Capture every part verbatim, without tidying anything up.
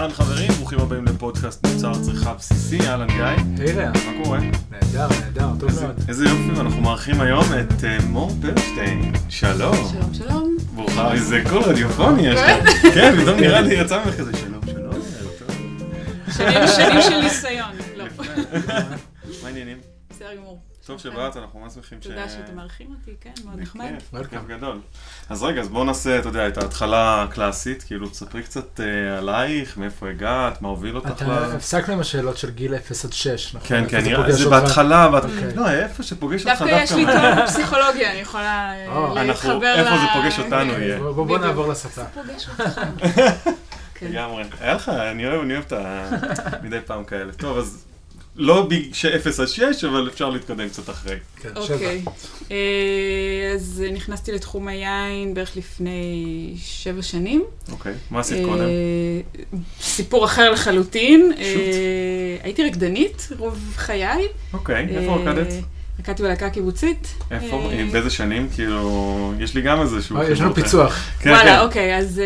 אהלן חברים, ברוכים הבאים לפודקאסט מוצר צריכה בסיסי. אהלן גיא. היי רע. מה קורה? נהדר, נהדר, טוב מאוד. איזה יופי, אנחנו מארחים היום את מור פרשטיין. שלום. שלום, שלום. ברוכה, איזה קול רדיופוני יש כאן. כן, פתאום נראה לי יצא ממך כזה שלום, שלום. שנים של ניסיון. לא. מה העניינים? בסדר גמור. טוב שבאת, אנחנו ממש שמחים ש... תודה שאתם מארחים אותי, כן, מאוד נחמד. כיף גדול. אז רגע, אז בואו נעשה, אתה יודע, את ההתחלה הקלאסית, כאילו תספרי קצת עלייך, מאיפה הגעת, מה הוביל אותך ל... אתה הפסקנו עם השאלות של גיל אפס עד שש, נכון? כן, כן, זה בהתחלה, לא, איפה שפוגש אותך דווקא יש לי תואר בפסיכולוגיה, אני יכולה להתחבר ל... איפה זה פוגש אותנו יהיה. בואו נעבור לשפה. זה פוגש אותך. לגמרי. היה לך, אני אוהב, אני אוהב את מדי פעם כאלה. טוב, אז... לא שאפס עד שש, אבל אפשר להתקדם קצת אחרי. אוקיי. אז נכנסתי לתחום היין בערך לפני שבע שנים. אוקיי. מה עשית קודם? סיפור אחר לחלוטין. הייתי רקדנית רוב חיי. אוקיי. איפה רקדת? רקדתי בלהקה הקיבוצית. איפה? באיזה שנים? כאילו, יש לי גם איזשהו... יש לנו פיצוח. וואלה, אוקיי. אז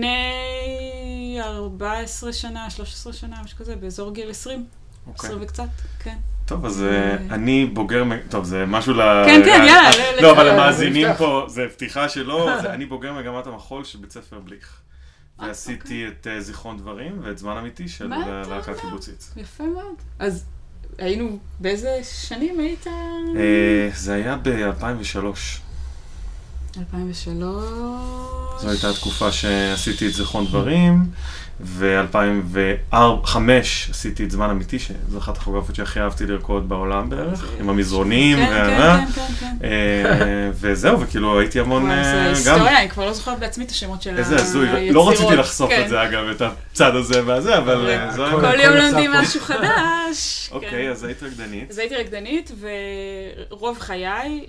לפני ארבע עשרה שנה, שלוש עשרה שנה, משהו כזה, באזור גיל עשרים. עשרים וקצת, כן. טוב, אז אני בוגר, טוב, זה משהו ל... כן, כן, יאללה. לא, אבל המאזינים פה, זה פתיחה שלו, אני בוגר מגמת המחול של בית ספר בליך. ועשיתי את זיכרון דברים ואת זמן אמיתי של להקה קיבוצית. יפה מאוד. אז היינו, באיזה שנים היית? זה היה ב-אלפיים ושלוש. אלפיים ושלוש. זו הייתה התקופה שעשיתי את זיכרון דברים. ו-אלפיים וחמש עשיתי את זמן אמיתי, שזו אחת החוגרפות שהכי אהבתי לרקוד בעולם בערך, עם המזרונים. כן, כן, כן. וזהו, וכאילו הייתי המון... זה היסטוריה, אני כבר לא זוכרת בעצמי את השמות של היצירות. איזה הזוי, לא רציתי לחשוף את זה אגב, את הצד הזה והזה, אבל... כל יום לומדים משהו חדש. אוקיי, אז היית רקדנית. אז הייתי רקדנית, ורוב חיי,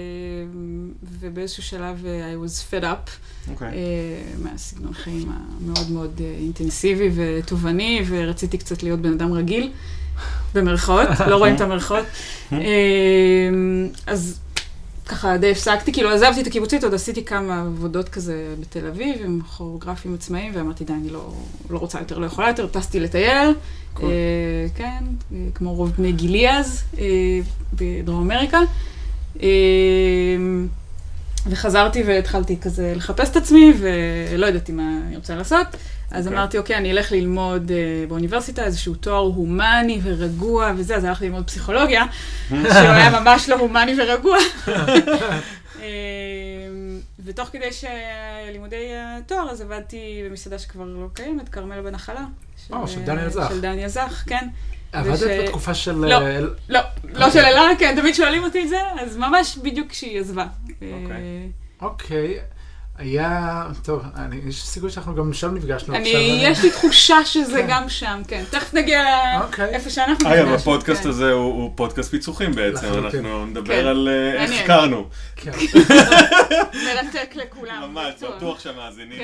ובאיזשהו שלב I was fed up. מהסגנון חיים המאוד מאוד אינטנסיבי וטובעני, ורציתי קצת להיות בן אדם רגיל, במרכאות, לא רואים את המרכאות. אז ככה די הפסקתי, כאילו עזבתי את הקיבוצית, עוד עשיתי כמה עבודות כזה בתל אביב, עם כוריאוגרפים עצמאיים, ואמרתי, די, אני לא רוצה יותר, לא יכולה יותר, טסתי לטייל, כן, כמו רוב בני גילי אז, בדרום אמריקה. וחזרתי והתחלתי כזה לחפש את עצמי, ולא ידעתי מה אני רוצה לעשות. אז אמרתי, אוקיי, אני אלך ללמוד באוניברסיטה איזשהו תואר הומני ורגוע וזה, אז הלכתי ללמוד פסיכולוגיה, שהוא היה ממש לא הומני ורגוע. ותוך כדי שלימודי התואר, אז עבדתי במסעדה שכבר לא קיימת, כרמל בנחלה. או, של דני יזך. של דני יזך, כן. עבדת בתקופה של... לא, לא, לא של אלה, כן, תמיד שואלים אותי את זה, אז ממש בדיוק כשהיא עזבה. אוקיי, היה... טוב, יש סיכוי שאנחנו גם שם נפגשנו. יש לי תחושה שזה גם שם, כן. תכף נגיע לאיפה שאנחנו נפגשנו. אגב, הפודקאסט הזה הוא פודקאסט פיצוחים בעצם, אנחנו נדבר על איך הכרנו. מרתק לכולם. ממש, בטוח שהמאזינים...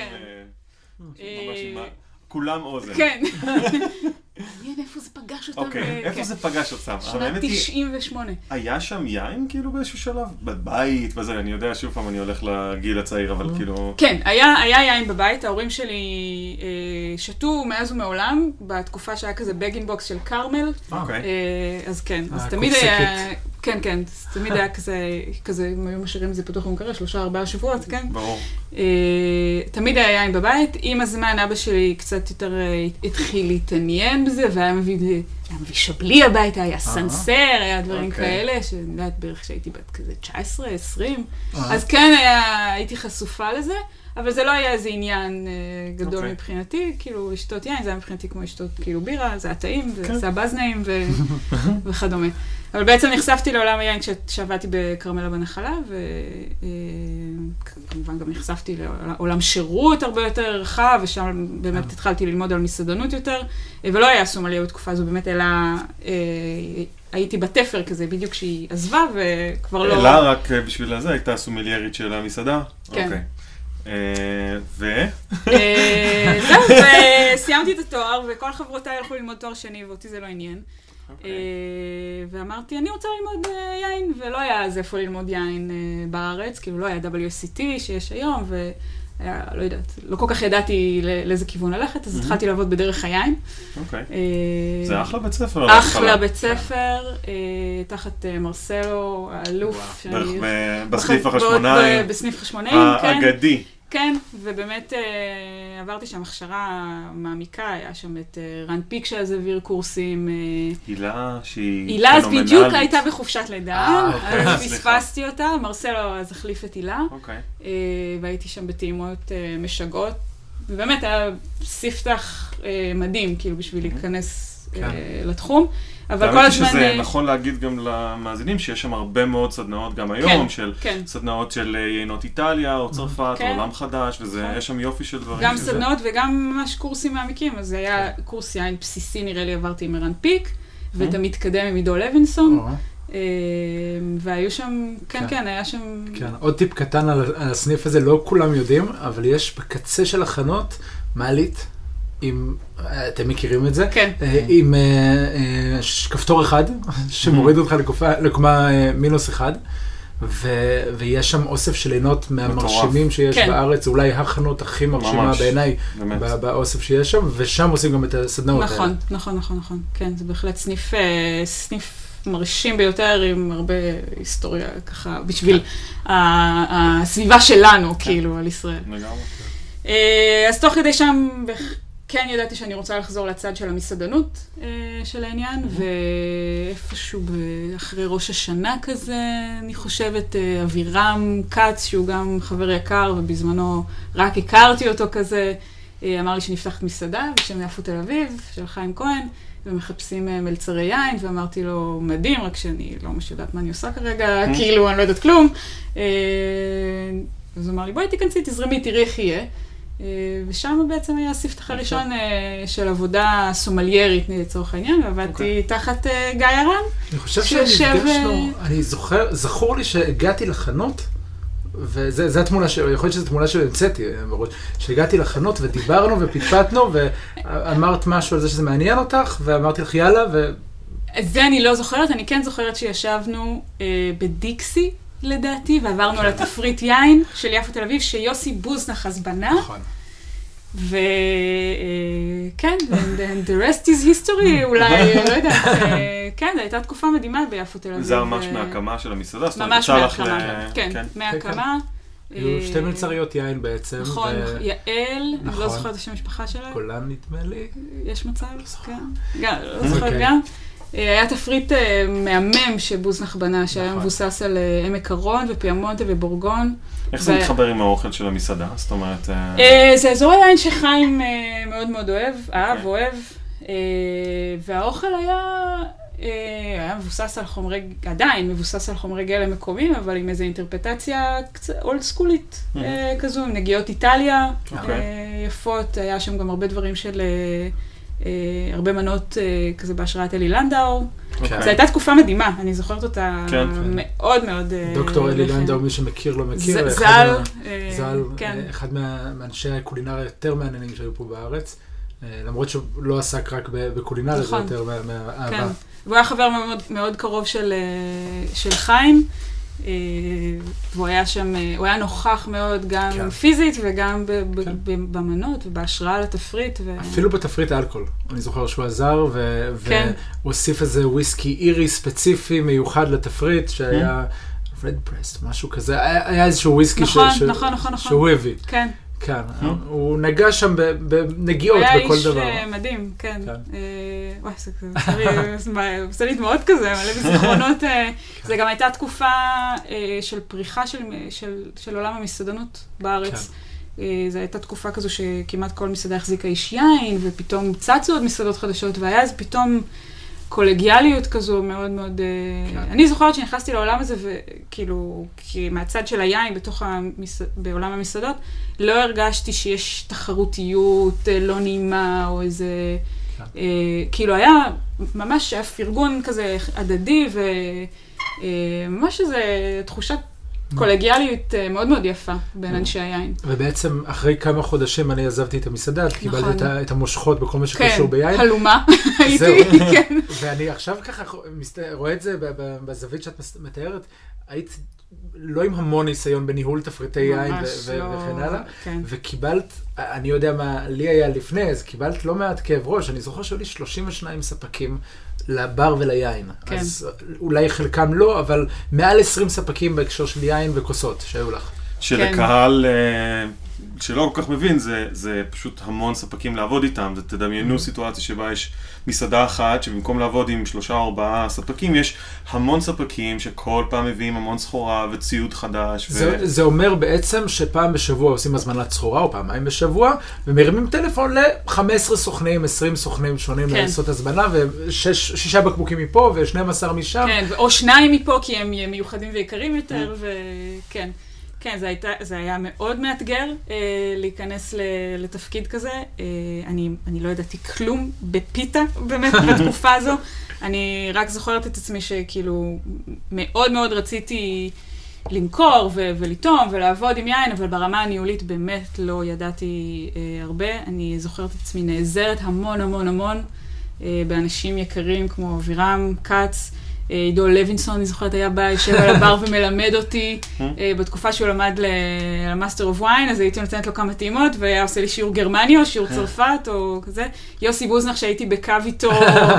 כולם אוזן. כן. מעניין איפה זה פגש אותם. אוקיי, איפה זה פגש אותם? שנת תשעים ושמונה. היה שם יין כאילו באיזשהו שלב? בבית וזה, אני יודע שוב פעם אני הולך לגיל הצעיר, אבל כאילו... כן, היה יין בבית, ההורים שלי שתו מאז ומעולם, בתקופה שהיה כזה בגין בוקס של קרמל. אוקיי. אז כן, אז תמיד היה... כן, כן, תמיד היה כזה, כזה, אם היו משאירים את זה פתוח ומקרה, שלושה, ארבעה שבועות, כן? ברור. תמיד היה יין בבית. עם הזמן, אבא שלי קצת יותר התחיל להתעניין בזה, והיה מביא, היה מביא שבלי הביתה, היה סנסר, היה דברים כאלה, שאני יודעת בערך שהייתי בת כזה תשע עשרה, עשרים. אז כן, הייתי חשופה לזה, אבל זה לא היה איזה עניין גדול מבחינתי, כאילו, לשתות יין, זה היה מבחינתי כמו לשתות כאילו בירה, זה היה טעים, זה עשה בזנאים וכדומה. אבל בעצם נחשפתי לעולם היין כשעבדתי בכרמלה בנחלה, וכמובן גם נחשפתי לעולם שירות הרבה יותר רחב, ושם באמת התחלתי ללמוד על מסעדנות יותר, ולא היה סומליה בתקופה הזו, באמת אלא הייתי בתפר כזה, בדיוק כשהיא עזבה, וכבר לא... אלא רק בשביל זה הייתה סומליירית של המסעדה? כן. ו? זהו, וסיימתי את התואר, וכל חברותיי הלכו ללמוד תואר שני, ואותי זה לא עניין. ואמרתי, אני רוצה ללמוד יין, ולא היה אז איפה ללמוד יין בארץ, כאילו לא היה דאבליו אס סי טי שיש היום, היה, לא יודעת, לא כל כך ידעתי לאיזה כיוון ללכת, אז התחלתי לעבוד בדרך היין. אוקיי. זה אחלה בית ספר. אחלה בית ספר, תחת מרסלו, האלוף. בסניף החשמונאי. בסניף חשמונאי, כן. האגדי. כן, ובאמת עברתי שם הכשרה מעמיקה, היה שם את רן פיק שאז העביר קורסים. הילה שהיא הילה אז בדיוק הייתה בחופשת לידה, אז פספסתי אותה, מרסלו אז החליף את הילה, והייתי שם בטעימות משגעות, ובאמת היה ספתח מדהים, כאילו בשביל להיכנס לתחום. אבל כל הזמן... שזה נכון להגיד גם למאזינים שיש שם הרבה מאוד סדנאות גם היום, של סדנאות של יינות איטליה או צרפת או עולם חדש, ויש שם יופי של דברים. גם סדנאות וגם ממש קורסים מעמיקים, אז זה היה קורס יין בסיסי, נראה לי עברתי עם ערן פיק, ואת המתקדם עם עידו לוינסון, והיו שם, כן, כן, היה שם... כן, עוד טיפ קטן על הסניף הזה, לא כולם יודעים, אבל יש בקצה של החנות מעלית, עם, אתם מכירים את זה? כן. עם כפתור אחד, שמוריד אותך לקומה מינוס אחד, ויש שם אוסף של עינות מהמרשימים שיש בארץ, אולי החנות הכי מרשימה בעיניי באוסף שיש שם, ושם עושים גם את הסדנאות האלה. נכון, נכון, נכון, נכון. כן, זה בהחלט סניף, סניף מרשים ביותר, עם הרבה היסטוריה ככה, בשביל הסביבה שלנו, כאילו, על ישראל. אז תוך כדי שם... כן, ידעתי שאני רוצה לחזור לצד של המסעדנות של העניין, ואיפשהו אחרי ראש השנה כזה, אני חושבת, אבירם קץ, שהוא גם חבר יקר, ובזמנו רק הכרתי אותו כזה, אמר לי שנפתחת מסעדה, בשם יפו תל אביב, של חיים כהן, ומחפשים מלצרי יין, ואמרתי לו, מדהים, רק שאני לא ממש יודעת מה אני עושה כרגע, כאילו, אני לא יודעת כלום. אז הוא אמר לי, בואי תיכנסי, תזרמי, תראי איך יהיה. ושם בעצם היה הספתח הראשון של עבודה סומליירית לצורך העניין, ועבדתי תחת גיא הרן. אני חושב שנפגשנו, אני זוכר, זכור לי שהגעתי לחנות, וזה התמונה, יכול להיות שזו תמונה שהמצאתי, שהגעתי לחנות ודיברנו ופטפטנו, ואמרת משהו על זה שזה מעניין אותך, ואמרתי לך יאללה, ו... זה אני לא זוכרת, אני כן זוכרת שישבנו בדיקסי, לדעתי, ועברנו על התפריט יין של יפו תל אביב, שיוסי בוזנח אז בנה. נכון. וכן, and the rest is history, אולי, לא יודעת, כן, זו הייתה תקופה מדהימה ביפו תל אביב. זה ממש מהקמה של המסעדה? ממש מהקמה, כן, מהקמה. היו שתי מלצריות יין בעצם. נכון, יעל, אני לא זוכרת את השם המשפחה שלה. קולן נדמה לי. יש מצב, כן. לא זוכרת גם. היה תפריט מהמם שבוזנח בנה, שהיה מבוסס על עמק הרון ופיאמונטה ובורגון. איך זה מתחבר עם האוכל של המסעדה? זאת אומרת... זה אזור היין שחיים מאוד מאוד אוהב, אהב, אוהב, והאוכל היה... היה מבוסס על חומרי, עדיין מבוסס על חומרי גלם מקומיים, אבל עם איזו אינטרפטציה אולד סקולית כזו, עם נגיעות איטליה יפות, היה שם גם הרבה דברים של... הרבה מנות כזה בהשראת אלי לנדאו. זו הייתה תקופה מדהימה, אני זוכרת אותה מאוד מאוד... דוקטור אלי לנדאו, מי שמכיר לא מכיר. זל. זל, אחד מאנשי הקולינריה יותר מעניינים שהיו פה בארץ, למרות שהוא לא עסק רק בקולינריה, זה יותר מהאהבה. והוא היה חבר מאוד קרוב של חיים, והוא היה שם, הוא היה נוכח מאוד גם פיזית וגם במנות ובהשראה לתפריט. אפילו בתפריט האלכוהול. אני זוכר שהוא עזר והוא הוסיף איזה וויסקי אירי ספציפי מיוחד לתפריט שהיה רד פרסט, משהו כזה. היה איזשהו וויסקי שהוא הביא. כן. כן, הוא נגע שם בנגיעות בכל דבר. הוא היה איש מדהים, כן. וואי, זה עושה לי דמעות כזה, מלא בזיכרונות. זה גם הייתה תקופה של פריחה של עולם המסעדנות בארץ. זו הייתה תקופה כזו שכמעט כל מסעדה החזיקה איש יין, ופתאום צצו עוד מסעדות חדשות, והיה אז פתאום קולגיאליות כזו מאוד מאוד... אני זוכרת שנכנסתי לעולם הזה, וכאילו, מהצד של היין בתוך בעולם המסעדות, לא הרגשתי שיש תחרותיות לא נעימה, או איזה... כאילו היה ממש פרגון כזה הדדי, וממש איזו תחושת קולגיאליות מאוד מאוד יפה בין אנשי היין. ובעצם אחרי כמה חודשים אני עזבתי את המסעדה, קיבלתי את המושכות בכל מה שקשור ביין. כן, הלומה הייתי, כן. ואני עכשיו ככה רואה את זה בזווית שאת מתארת, היית לא עם המון ניסיון בניהול תפריטי יין ו- לא, וכן הלאה, כן. וקיבלת, אני יודע מה לי היה לפני, אז קיבלת לא מעט כאב ראש, אני זוכר שהיו לי שלושים ושניים ספקים לבר וליין, כן. אז אולי חלקם לא, אבל מעל עשרים ספקים בהקשר של יין וכוסות שהיו לך. שלקהל שלא כל כך מבין, זה, זה פשוט המון ספקים לעבוד איתם. זה תדמיינו סיטואציה שבה יש מסעדה אחת, שבמקום לעבוד עם שלושה או ארבעה ספקים, יש המון ספקים שכל פעם מביאים המון סחורה וציוד חדש. זה, ו... זה אומר בעצם שפעם בשבוע עושים הזמנת סחורה, או פעמיים בשבוע, ומרימים טלפון ל-חמישה עשר סוכנים, עשרים סוכנים שונים כן. לעשות הזמנה, ושישה בקבוקים מפה ו-שנים עשר משם. כן, או שניים מפה, כי הם מיוחדים ויקרים יותר, וכן. כן, זה, הייתה, זה היה מאוד מאתגר אה, להיכנס ל, לתפקיד כזה. אה, אני, אני לא ידעתי כלום בפיתה, באמת, בתקופה הזו. אני רק זוכרת את עצמי שכאילו מאוד מאוד רציתי למכור ו- ולטום ולעבוד עם יין, אבל ברמה הניהולית באמת לא ידעתי אה, הרבה. אני זוכרת את עצמי נעזרת המון המון המון אה, באנשים יקרים כמו אבירם קץ, עידו לוינסון, אני זוכרת, היה בא, יושב על הבר ומלמד אותי בתקופה שהוא למד למאסטר אוף ויין, אז הייתי נותנת לו כמה טעימות, והיה עושה לי שיעור גרמניה, או שיעור צרפת, או כזה. יוסי בוזנח, שהייתי בקו איתו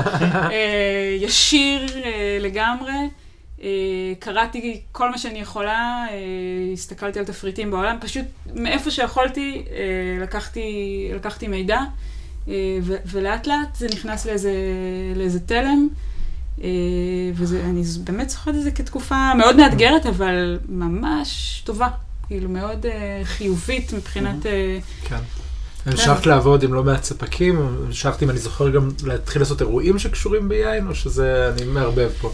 ישיר לגמרי. קראתי כל מה שאני יכולה, הסתכלתי על תפריטים בעולם, פשוט מאיפה שיכולתי, לקחתי, לקחתי מידע, ולאט לאט זה נכנס לאיזה, לאיזה תלם. ואני באמת זוכרת את זה כתקופה מאוד מאתגרת, אבל ממש טובה, כאילו מאוד חיובית מבחינת... כן. המשכת לעבוד עם לא מעט ספקים, המשכת אם אני זוכר גם להתחיל לעשות אירועים שקשורים ביין, או שזה אני מערבב פה?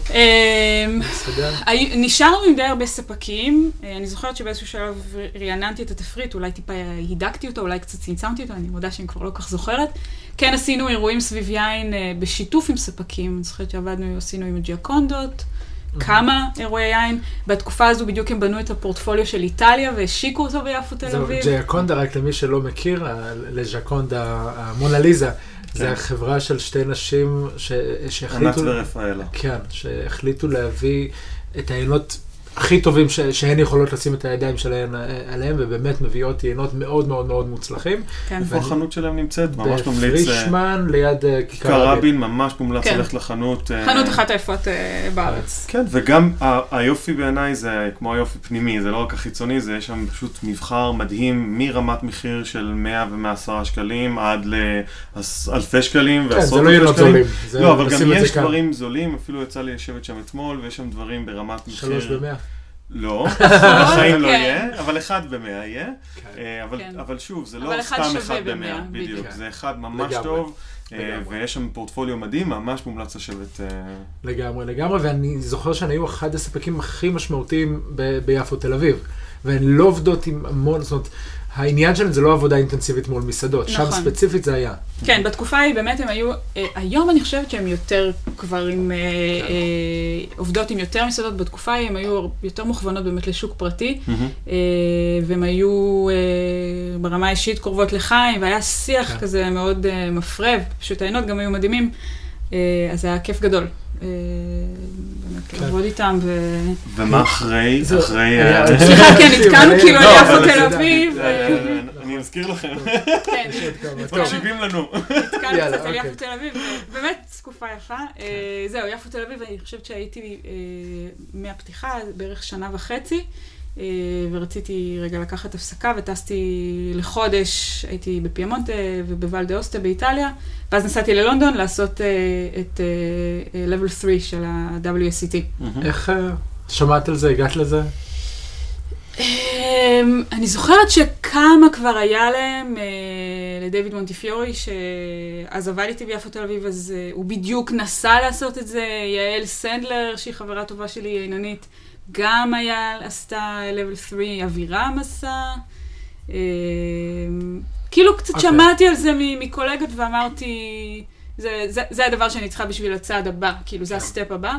נשארנו עם די הרבה ספקים, אני זוכרת שבאיזשהו שלב רעננתי את התפריט, אולי טיפה הידקתי אותו, אולי קצת צמצמתי אותו, אני מודה שאני כבר לא כך זוכרת. כן עשינו אירועים סביב יין בשיתוף עם ספקים, אני זוכרת שעבדנו, עשינו עם ג'יאקונדות, כמה אירועי יין. בתקופה הזו בדיוק הם בנו את הפורטפוליו של איטליה והשיקו אותו ביפו תל אביב. זהו, ג'יאקונדה, רק למי שלא מכיר, לג'יאקונדה, המונליזה, זה החברה של שתי נשים שהחליטו... ענת ורפאלה. כן, שהחליטו להביא את העיינות הכי טובים ש- שהן יכולות לשים את הידיים שלהן עליהם, ובאמת מביאות יינות מאוד מאוד מאוד מוצלחים. כן. איפה החנות שלהם נמצאת? ממש מומליץ... בפרישמן, ליד כיכר רבין, ממש מומלץ ללכת לחנות. חנות אחת היפות בארץ. כן, וגם היופי בעיניי זה כמו היופי פנימי, זה לא רק החיצוני, זה יש שם פשוט מבחר מדהים, מרמת מחיר של מאה ומאה ועשרה שקלים, עד לאלפי שקלים ועשרות אלפי שקלים. לא, אבל גם יש דברים זולים, אפילו יצא לי לשבת שם אתמול, ויש שם דברים ברמת מחיר. שלוש במאה. לא, בחיים לא יהיה, אבל אחד במאה יהיה. אבל שוב, זה לא סתם אחד במאה, בדיוק. זה אחד ממש טוב, ויש שם פורטפוליו מדהים, ממש מומלץ לשבת. לגמרי, לגמרי, ואני זוכר שאני היו אחד הספקים הכי משמעותיים ביפו תל אביב, והן לא עובדות עם המון, זאת אומרת, העניין שלהם זה לא עבודה אינטנסיבית מול מסעדות, שם ספציפית זה היה. כן, בתקופה ההיא באמת הם היו, היום אני חושבת שהם יותר כבר עם, עובדות עם יותר מסעדות, בתקופה ההיא הם היו יותר מוכוונות באמת לשוק פרטי, והם היו ברמה האישית קרובות לחיים, והיה שיח כזה מאוד מפרב, פשוט העיינות גם היו מדהימים, אז זה היה כיף גדול. באמת, לעבוד איתם ו... ומה אחרי? אחרי... סליחה, כן, התקענו כאילו על יפו תל אביב. אני אזכיר לכם. כן. תקשיבים לנו. התקענו קצת על יפו תל אביב, באמת תקופה יפה. זהו, יפו תל אביב, אני חושבת שהייתי מהפתיחה בערך שנה וחצי, ורציתי רגע לקחת הפסקה, וטסתי לחודש, הייתי בפיימונטה ובוואל דה אוסטה באיטליה, ואז נסעתי ללונדון לעשות את level שלוש של ה-דאבליו אס סי טי. איך שמעת על זה? הגעת לזה? אני זוכרת שכמה כבר היה להם לדיוויד מונטיפיורי, שאז עבד איתי ביפו תל אביב, אז הוא בדיוק נסע לעשות את זה, יעל סנדלר, שהיא חברה טובה שלי, עינונית, גם היה, עשתה level שלוש, אבירם עשה. כאילו קצת שמעתי על זה מקולגות ואמרתי, זה הדבר שאני צריכה בשביל הצעד הבא, כאילו זה הסטפ הבא.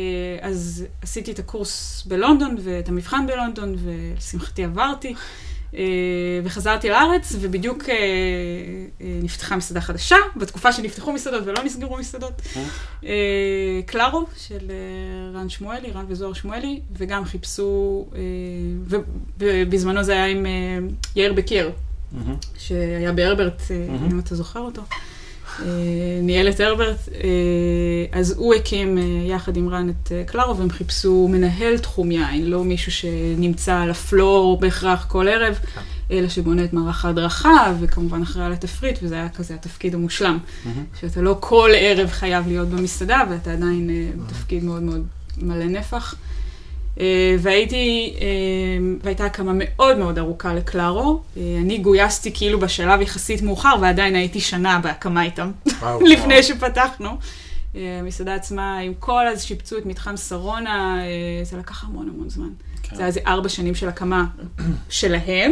אז עשיתי את הקורס בלונדון ואת המבחן בלונדון, ולשמחתי עברתי. וחזרתי לארץ, ובדיוק נפתחה מסעדה חדשה, בתקופה שנפתחו מסעדות ולא נסגרו מסעדות. קלארו של רן שמואלי, רן וזוהר שמואלי, וגם חיפשו, ובזמנו זה היה עם יאיר בקיר, שהיה בהרברט, אם אתה זוכר אותו. ניהל את הרברט, אז הוא הקים יחד עם רן את קלארו, והם חיפשו מנהל תחום יין, לא מישהו שנמצא על הפלור בהכרח כל ערב, אלא שבונה את מערך ההדרכה, וכמובן אחראי על התפריט, וזה היה כזה התפקיד המושלם, שאתה לא כל ערב חייב להיות במסעדה, ואתה עדיין בתפקיד מאוד מאוד מלא נפח. והייתי, והייתה הקמה מאוד מאוד ארוכה לקלארו. אני גויסתי כאילו בשלב יחסית מאוחר, ועדיין הייתי שנה בהקמה איתם, לפני שפתחנו. המסעדה עצמה, עם כל אז שיפצו את מתחם שרונה, זה לקח המון המון זמן. זה היה איזה ארבע שנים של הקמה שלהם,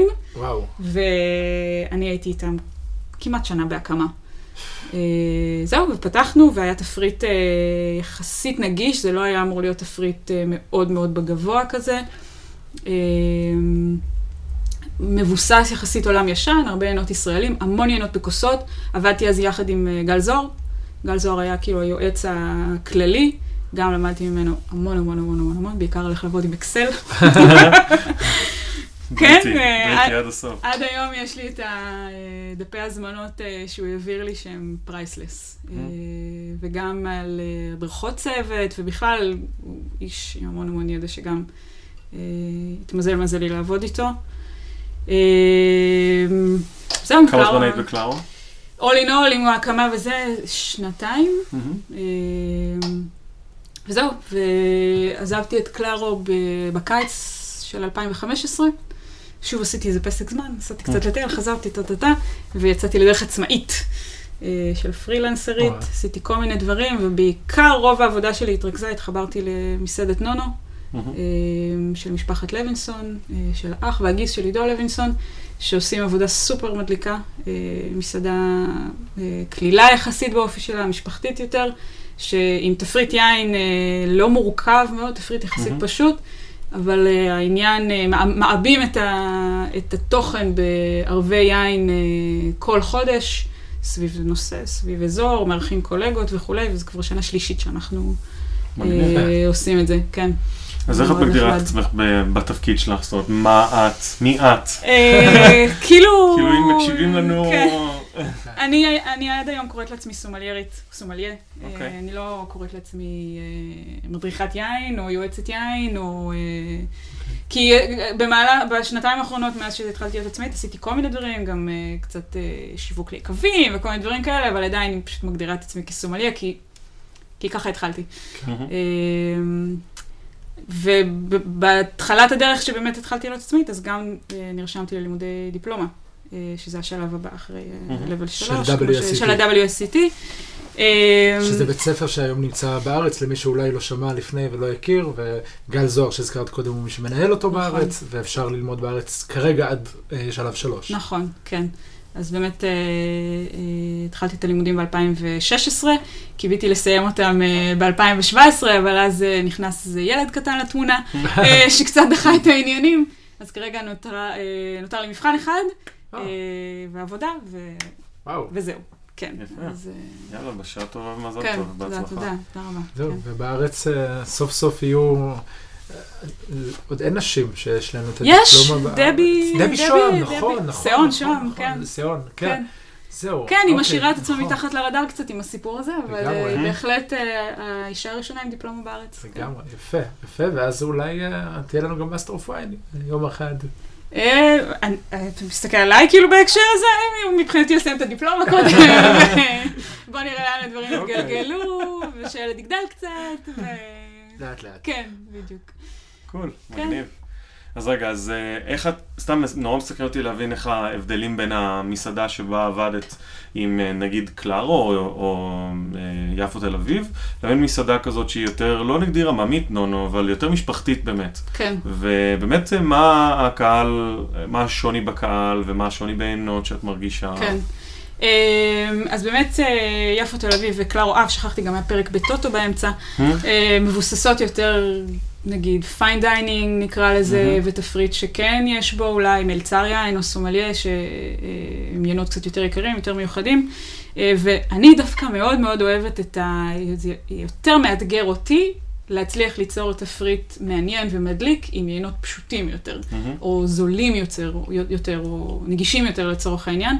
ואני הייתי איתם כמעט שנה בהקמה. זהו, ופתחנו, והיה תפריט יחסית נגיש, זה לא היה אמור להיות תפריט מאוד מאוד בגבוה כזה. מבוסס יחסית עולם ישן, הרבה ינות ישראלים, המון ינות בכוסות. עבדתי אז יחד עם גל זוהר. גל זוהר היה כאילו היועץ הכללי, גם למדתי ממנו המון המון המון המון המון, בעיקר הלך לעבוד עם אקסל. כן, בריטי עד הסוף. עד היום יש לי את דפי הזמנות שהוא העביר לי שהם פרייסלס. וגם על ברכות צוות, ובכלל הוא איש עם המון המון ידע שגם התמזל מזלי לעבוד איתו. זהו, כמה זמן היית בקלארו? all in all, עם ההקמה וזה, שנתיים. וזהו, ועזבתי את קלארו בקיץ של אלפיים וחמש עשרה. שוב עשיתי איזה פסק זמן, עשיתי קצת לטל, חזרתי תתתה, ויצאתי לדרך עצמאית של פרילנסרית, עשיתי כל מיני דברים, ובעיקר רוב העבודה שלי התרכזה, התחברתי למסעדת נונו, של משפחת לוינסון, של האח והגיס של עידו לוינסון, שעושים עבודה סופר מדליקה, מסעדה כלילה יחסית באופי שלה, משפחתית יותר, שעם תפריט יין לא מורכב מאוד, תפריט יחסית פשוט, אבל העניין, מעבים את, ה, את התוכן בערבי יין כל חודש, סביב נושא, סביב אזור, מארחים קולגות וכו', וזה כבר שנה שלישית שאנחנו עושים את זה, כן. אז איך את מגדירה את עצמך בתפקיד שלך? זאת אומרת, מה את? מי את? כאילו... כאילו אם מקשיבים לנו... אני עד היום קוראת לעצמי סומליירית, סומליה. אני לא קוראת לעצמי מדריכת יין, או יועצת יין, או... כי בשנתיים האחרונות, מאז שהתחלתי להיות עצמית, עשיתי כל מיני דברים, גם קצת שיווק ליקבים וכל מיני דברים כאלה, אבל עדיין אני פשוט מגדירה את עצמי כסומליה, כי ככה התחלתי. ובהתחלת הדרך שבאמת התחלתי להיות עצמית, אז גם נרשמתי ללימודי דיפלומה, שזה השלב הבא אחרי level שלוש, של ה-דאבליו אס סי טי. שזה בית ספר שהיום נמצא בארץ, למי שאולי לא שמע לפני ולא הכיר, וגל זוהר שהזכרת קודם הוא מי שמנהל אותו בארץ, ואפשר ללמוד בארץ כרגע עד שלב שלוש. נכון, כן. אז באמת התחלתי את הלימודים ב-אלפיים ושש עשרה, קיוויתי לסיים אותם ב-אלפיים שבע עשרה, אבל אז נכנס איזה ילד קטן לתמונה, שקצת דחה את העניינים, אז כרגע נותר לי מבחן אחד, ועבודה, וזהו. כן. יפה. יאללה, בשעה טובה ומזל טוב, בהצלחה. כן, תודה, תודה רבה. זהו, ובארץ סוף סוף יהיו... עוד אין נשים שיש לנו את הדיפלומה בארץ. יש, דבי, דבי שוהם, נכון, נכון. סיון שוהם, כן. סיון, כן. זהו. כן, היא משאירה את עצמה מתחת לרדאר קצת עם הסיפור הזה, אבל בהחלט האישה הראשונה עם דיפלומה בארץ. לגמרי, יפה, יפה, ואז אולי תהיה לנו גם מאסטר אוף ויין, יום אחד. אתה מסתכל עליי כאילו בהקשר הזה, מבחינתי לסיים את הדיפלומה קודם, בוא נראה לאן הדברים יתגלגלו, ושילד יגדל קצת, ו... לאט לאט. כן, בדיוק. קול, מגניב. אז רגע, אז איך את, סתם נורא מסתכל אותי להבין איך ההבדלים בין המסעדה שבה עבדת עם נגיד קלארו או יפו תל אביב, לבין מסעדה כזאת שהיא יותר, לא נגדיר עממית נונו, אבל יותר משפחתית באמת. כן. ובאמת מה הקהל, מה השוני בקהל ומה השוני בעינות שאת מרגישה? כן. אז באמת יפו תל אביב וקלארו אף, שכחתי גם מהפרק בטוטו באמצע, מבוססות יותר, נגיד, פיין דיינינג נקרא לזה, ותפריט שכן יש בו אולי מלצר יין או סומליה, שהם יינות קצת יותר יקרים, יותר מיוחדים, ואני דווקא מאוד מאוד אוהבת את ה... יותר מאתגר אותי, להצליח ליצור תפריט מעניין ומדליק עם יינות פשוטים יותר, או זולים יותר, יותר, או נגישים יותר לצורך העניין.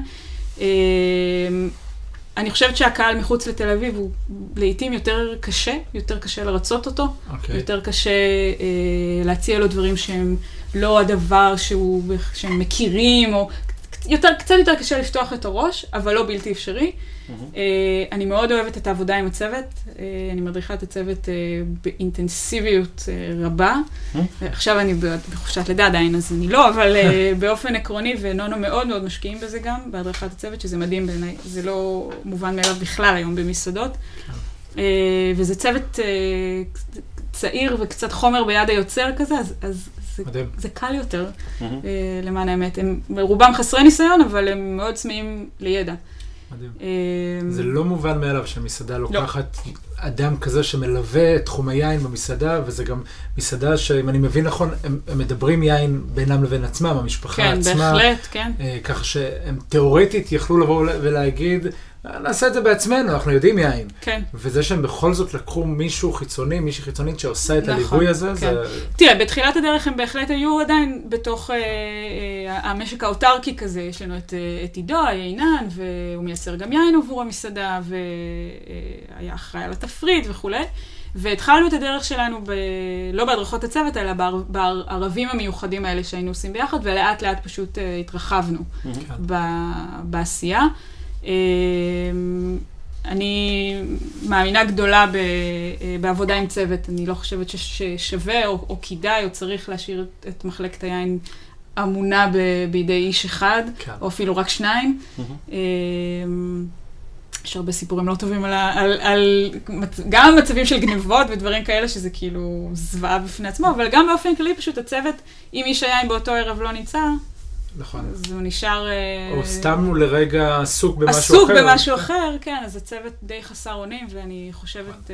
אני חושבת שהקהל מחוץ לתל אביב הוא לעתים יותר קשה, יותר קשה לרצות אותו, okay. יותר קשה אה, להציע לו דברים שהם לא הדבר שהוא, שהם מכירים, או יותר, קצת יותר קשה לפתוח את הראש, אבל לא בלתי אפשרי. Mm-hmm. אה, אני מאוד אוהבת את העבודה עם הצוות, אה, אני מדריכה את הצוות אה, באינטנסיביות אה, רבה. Mm-hmm. עכשיו אני בחופשת לידה עדיין, אז אני לא, אבל אה, באופן עקרוני, ונונו מאוד מאוד משקיעים בזה גם, בהדרכת הצוות, שזה מדהים בעיניי. זה לא מובן מאליו בכלל היום במסעדות. Mm-hmm. אה, וזה צוות אה, צעיר וקצת חומר ביד היוצר כזה, אז, אז זה, זה קל יותר, mm-hmm. אה, למען האמת. הם רובם חסרי ניסיון, אבל הם מאוד צמאים לידע. זה לא מובן מאליו שהמסעדה לוקחת אדם כזה שמלווה את תחום היין במסעדה, וזה גם מסעדה שאם אני מבין נכון, הם מדברים יין בינם לבין עצמם, המשפחה עצמה. כן, בהחלט, כן. ככה שהם תיאורטית יכלו לבוא ולהגיד, נעשה את זה בעצמנו, אנחנו יודעים יין. כן. וזה שהם בכל זאת לקחו מישהו חיצוני, מישהי חיצונית שעושה את הליווי הזה, זה... תראה, בתחילת הדרך הם בהחלט היו עדיין בתוך המשק האוטרקי כזה, יש לנו את עידו, היינן, והוא מייצר גם יין עבור המסעדה, והיה אחראי על התפריט וכו'. והתחלנו את הדרך שלנו, לא בהדרכות הצוות, אלא בערבים המיוחדים האלה שהיינו עושים ביחד, ולאט לאט פשוט התרחבנו בעשייה. אני מאמינה גדולה בעבודה עם צוות, אני לא חושבת ששווה או, או כדאי או צריך להשאיר את מחלקת היין אמונה בידי איש אחד, כן. או אפילו רק שניים. Mm-hmm. יש הרבה סיפורים לא טובים על, על, על גם מצבים של גניבות ודברים כאלה שזה כאילו זוועה בפני עצמו, אבל גם באופן כללי פשוט הצוות, אם איש היין באותו ערב לא נמצא, נכון. אז הוא נשאר... או סתמנו לרגע עסוק במשהו עסוק אחר. עסוק במשהו אחר, כן. אז הצוות די חסר אונים, ואני חושבת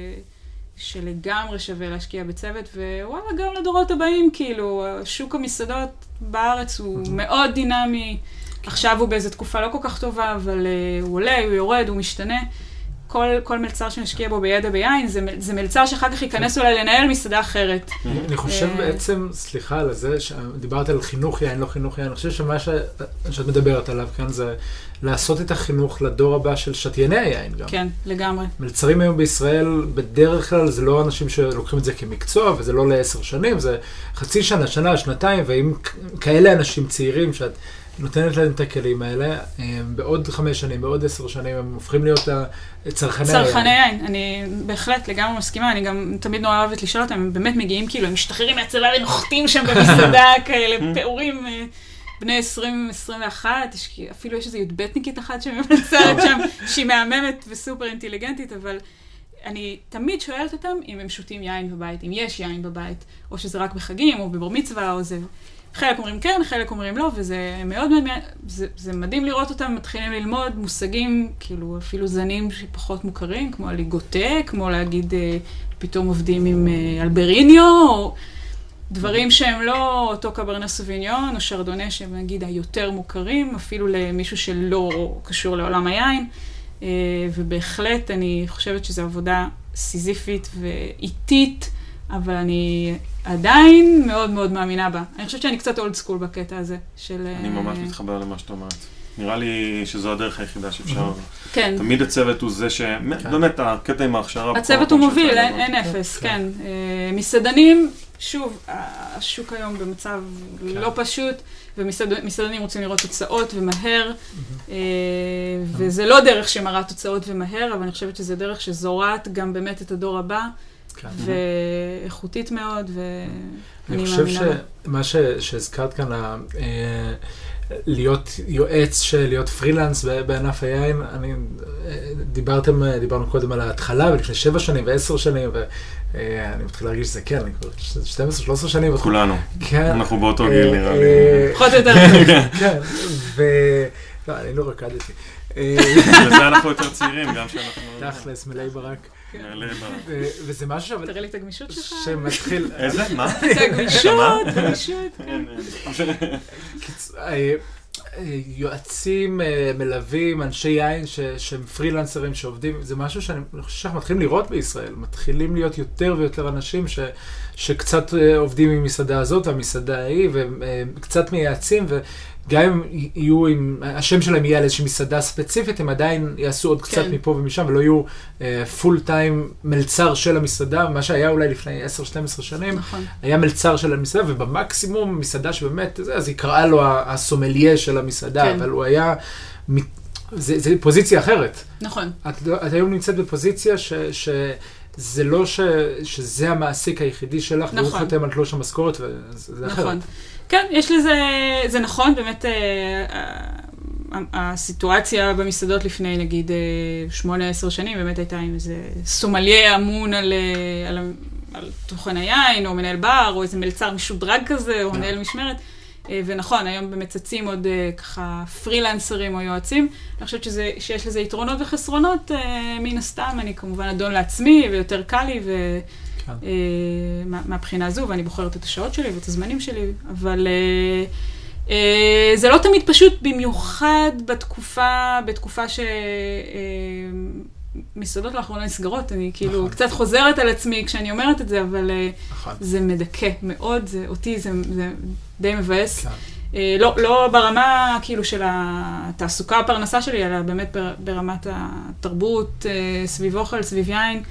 שלגמרי שווה להשקיע בצוות, ווואלה, גם לדורות הבאים, כאילו, שוק המסעדות בארץ הוא מאוד דינמי. עכשיו הוא באיזו תקופה לא כל כך טובה, אבל הוא עולה, הוא יורד, הוא משתנה. כל, כל מלצר שנשקיע בו בידע ביין, זה, זה מלצר שאחר כך ייכנס אולי לנהל מסעדה אחרת. אני חושב בעצם, סליחה על זה, דיברת על חינוך יין, לא חינוך יין, אני חושב שמה שאת מדברת עליו כאן זה לעשות את החינוך לדור הבא של שתייני היין גם. כן, לגמרי. מלצרים היום בישראל, בדרך כלל זה לא אנשים שלוקחים את זה כמקצוע, וזה לא לעשר שנים, זה חצי שנה, שנה, שנתיים, ואם כאלה אנשים צעירים שאת נותנת להם את הכלים האלה, בעוד חמש שנים, בעוד עשר שנים, הם הופכים להיות צרכני היין. צרכני היין, אני בהחלט לגמרי מסכימה, אני גם תמיד נורא אוהבת לשאול אותם, הם באמת מגיעים כאילו, הם משתחררים מהצבא ונוחתים שם במסעדה כאלה, פעורים בני עשרים עשרים ואחת, אפילו יש איזו יודבטניקית אחת שממצאת שם, שהיא מהממת וסופר אינטליגנטית, אבל אני תמיד שואלת אותם אם הם שותים יין בבית, אם יש יין בבית, או שזה רק בחגים, או בבר מצווה, או זה... חלק אומרים כן, חלק אומרים לא, וזה מאוד מאוד, זה, זה מדהים לראות אותם, מתחילים ללמוד מושגים, כאילו אפילו זנים שפחות מוכרים, כמו הליגוטה, כמו להגיד פתאום עובדים עם אלבריניו, או דברים שהם לא אותו קברנה סוביניון, או שרדונה שהם נגיד היותר מוכרים, אפילו למישהו שלא קשור לעולם היין, ובהחלט אני חושבת שזו עבודה סיזיפית ואיטית, אבל אני עדיין מאוד מאוד מאמינה בה. אני חושבת שאני קצת אולד סקול בקטע הזה של... אני ממש מתחבר למה שאת אומרת. נראה לי שזו הדרך היחידה שאפשר... כן. תמיד הצוות הוא זה ש... באמת, הקטע עם ההכשרה... הצוות הוא מוביל, אין אפס, כן. מסעדנים, שוב, השוק היום במצב לא פשוט, ומסעדנים רוצים לראות תוצאות ומהר, וזה לא דרך שמראה תוצאות ומהר, אבל אני חושבת שזה דרך שזורעת גם באמת את הדור הבא, ואיכותית מאוד, ואני מאמינה. אני חושב שמה שהזכרת כאן, להיות יועץ, להיות פרילנס בענף היין, אני, דיברתם, דיברנו קודם על ההתחלה, ולפני שבע שנים ועשר שנים, ואני מתחיל להרגיש שזה כן, אני כבר שתים עשרה שלוש עשרה שנים. כולנו. אנחנו באותו גיל נראה לי. פחות או יותר. כן, לא, אני לא רקדתי. לזה אנחנו יותר צעירים, גם שאנחנו... תכלס, מלאי ברק. מלאי ברק. וזה משהו... תראה לי את הגמישות שלך. שמתחיל... איזה? מה? את הגמישות, הגמישות. יועצים, מלווים, אנשי יין שהם פרילנסרים שעובדים, זה משהו שאני חושב שאנחנו מתחילים לראות בישראל. מתחילים להיות יותר ויותר אנשים שקצת עובדים עם מסעדה הזאת והמסעדה ההיא, וקצת מייעצים, וגם אם יהיו עם, השם שלהם יהיה על איזושהי מסעדה ספציפית, הם עדיין יעשו עוד קצת מפה ומשם, ולא יהיו פול טיים מלצר של המסעדה, מה שהיה אולי לפני עשר שתים עשרה שנים, היה מלצר של המסעדה, ובמקסימום מסעדה שבאמת, אז היא קראה לו הסומליה של המסעדה, אבל הוא היה, זה פוזיציה אחרת. נכון. את היום נמצאת בפוזיציה ש... זה לא ש... שזה המעסיק היחידי שלך, נכון. והוא חותם על תלוש המשכורת, וזה אחרת. נכון. כן, יש לזה, זה נכון, באמת, הסיטואציה במסעדות לפני, נגיד, שמונה עשר שנים, באמת הייתה עם איזה סומליה אמון על, על, על תוכן היין, או מנהל בר, או איזה מלצר משודרג כזה, או מנהל משמרת. ונכון, היום באמת צצים עוד ככה פרילנסרים או יועצים. אני חושבת שזה, שיש לזה יתרונות וחסרונות, מן הסתם. אני כמובן אדון לעצמי, ויותר קל לי, ו... מהבחינה הזו, ואני בוחרת את השעות שלי ואת הזמנים שלי, אבל זה לא תמיד פשוט, במיוחד בתקופה, בתקופה שמסעדות לאחרונה נסגרות, אני כאילו קצת חוזרת על עצמי כשאני אומרת את זה, אבל זה מדכא מאוד, אותי זה די מבאס. לא, לא ברמה כאילו של התעסוקה הפרנסה שלי, אלא באמת ברמת התרבות, סביב אוכל, סביב יין.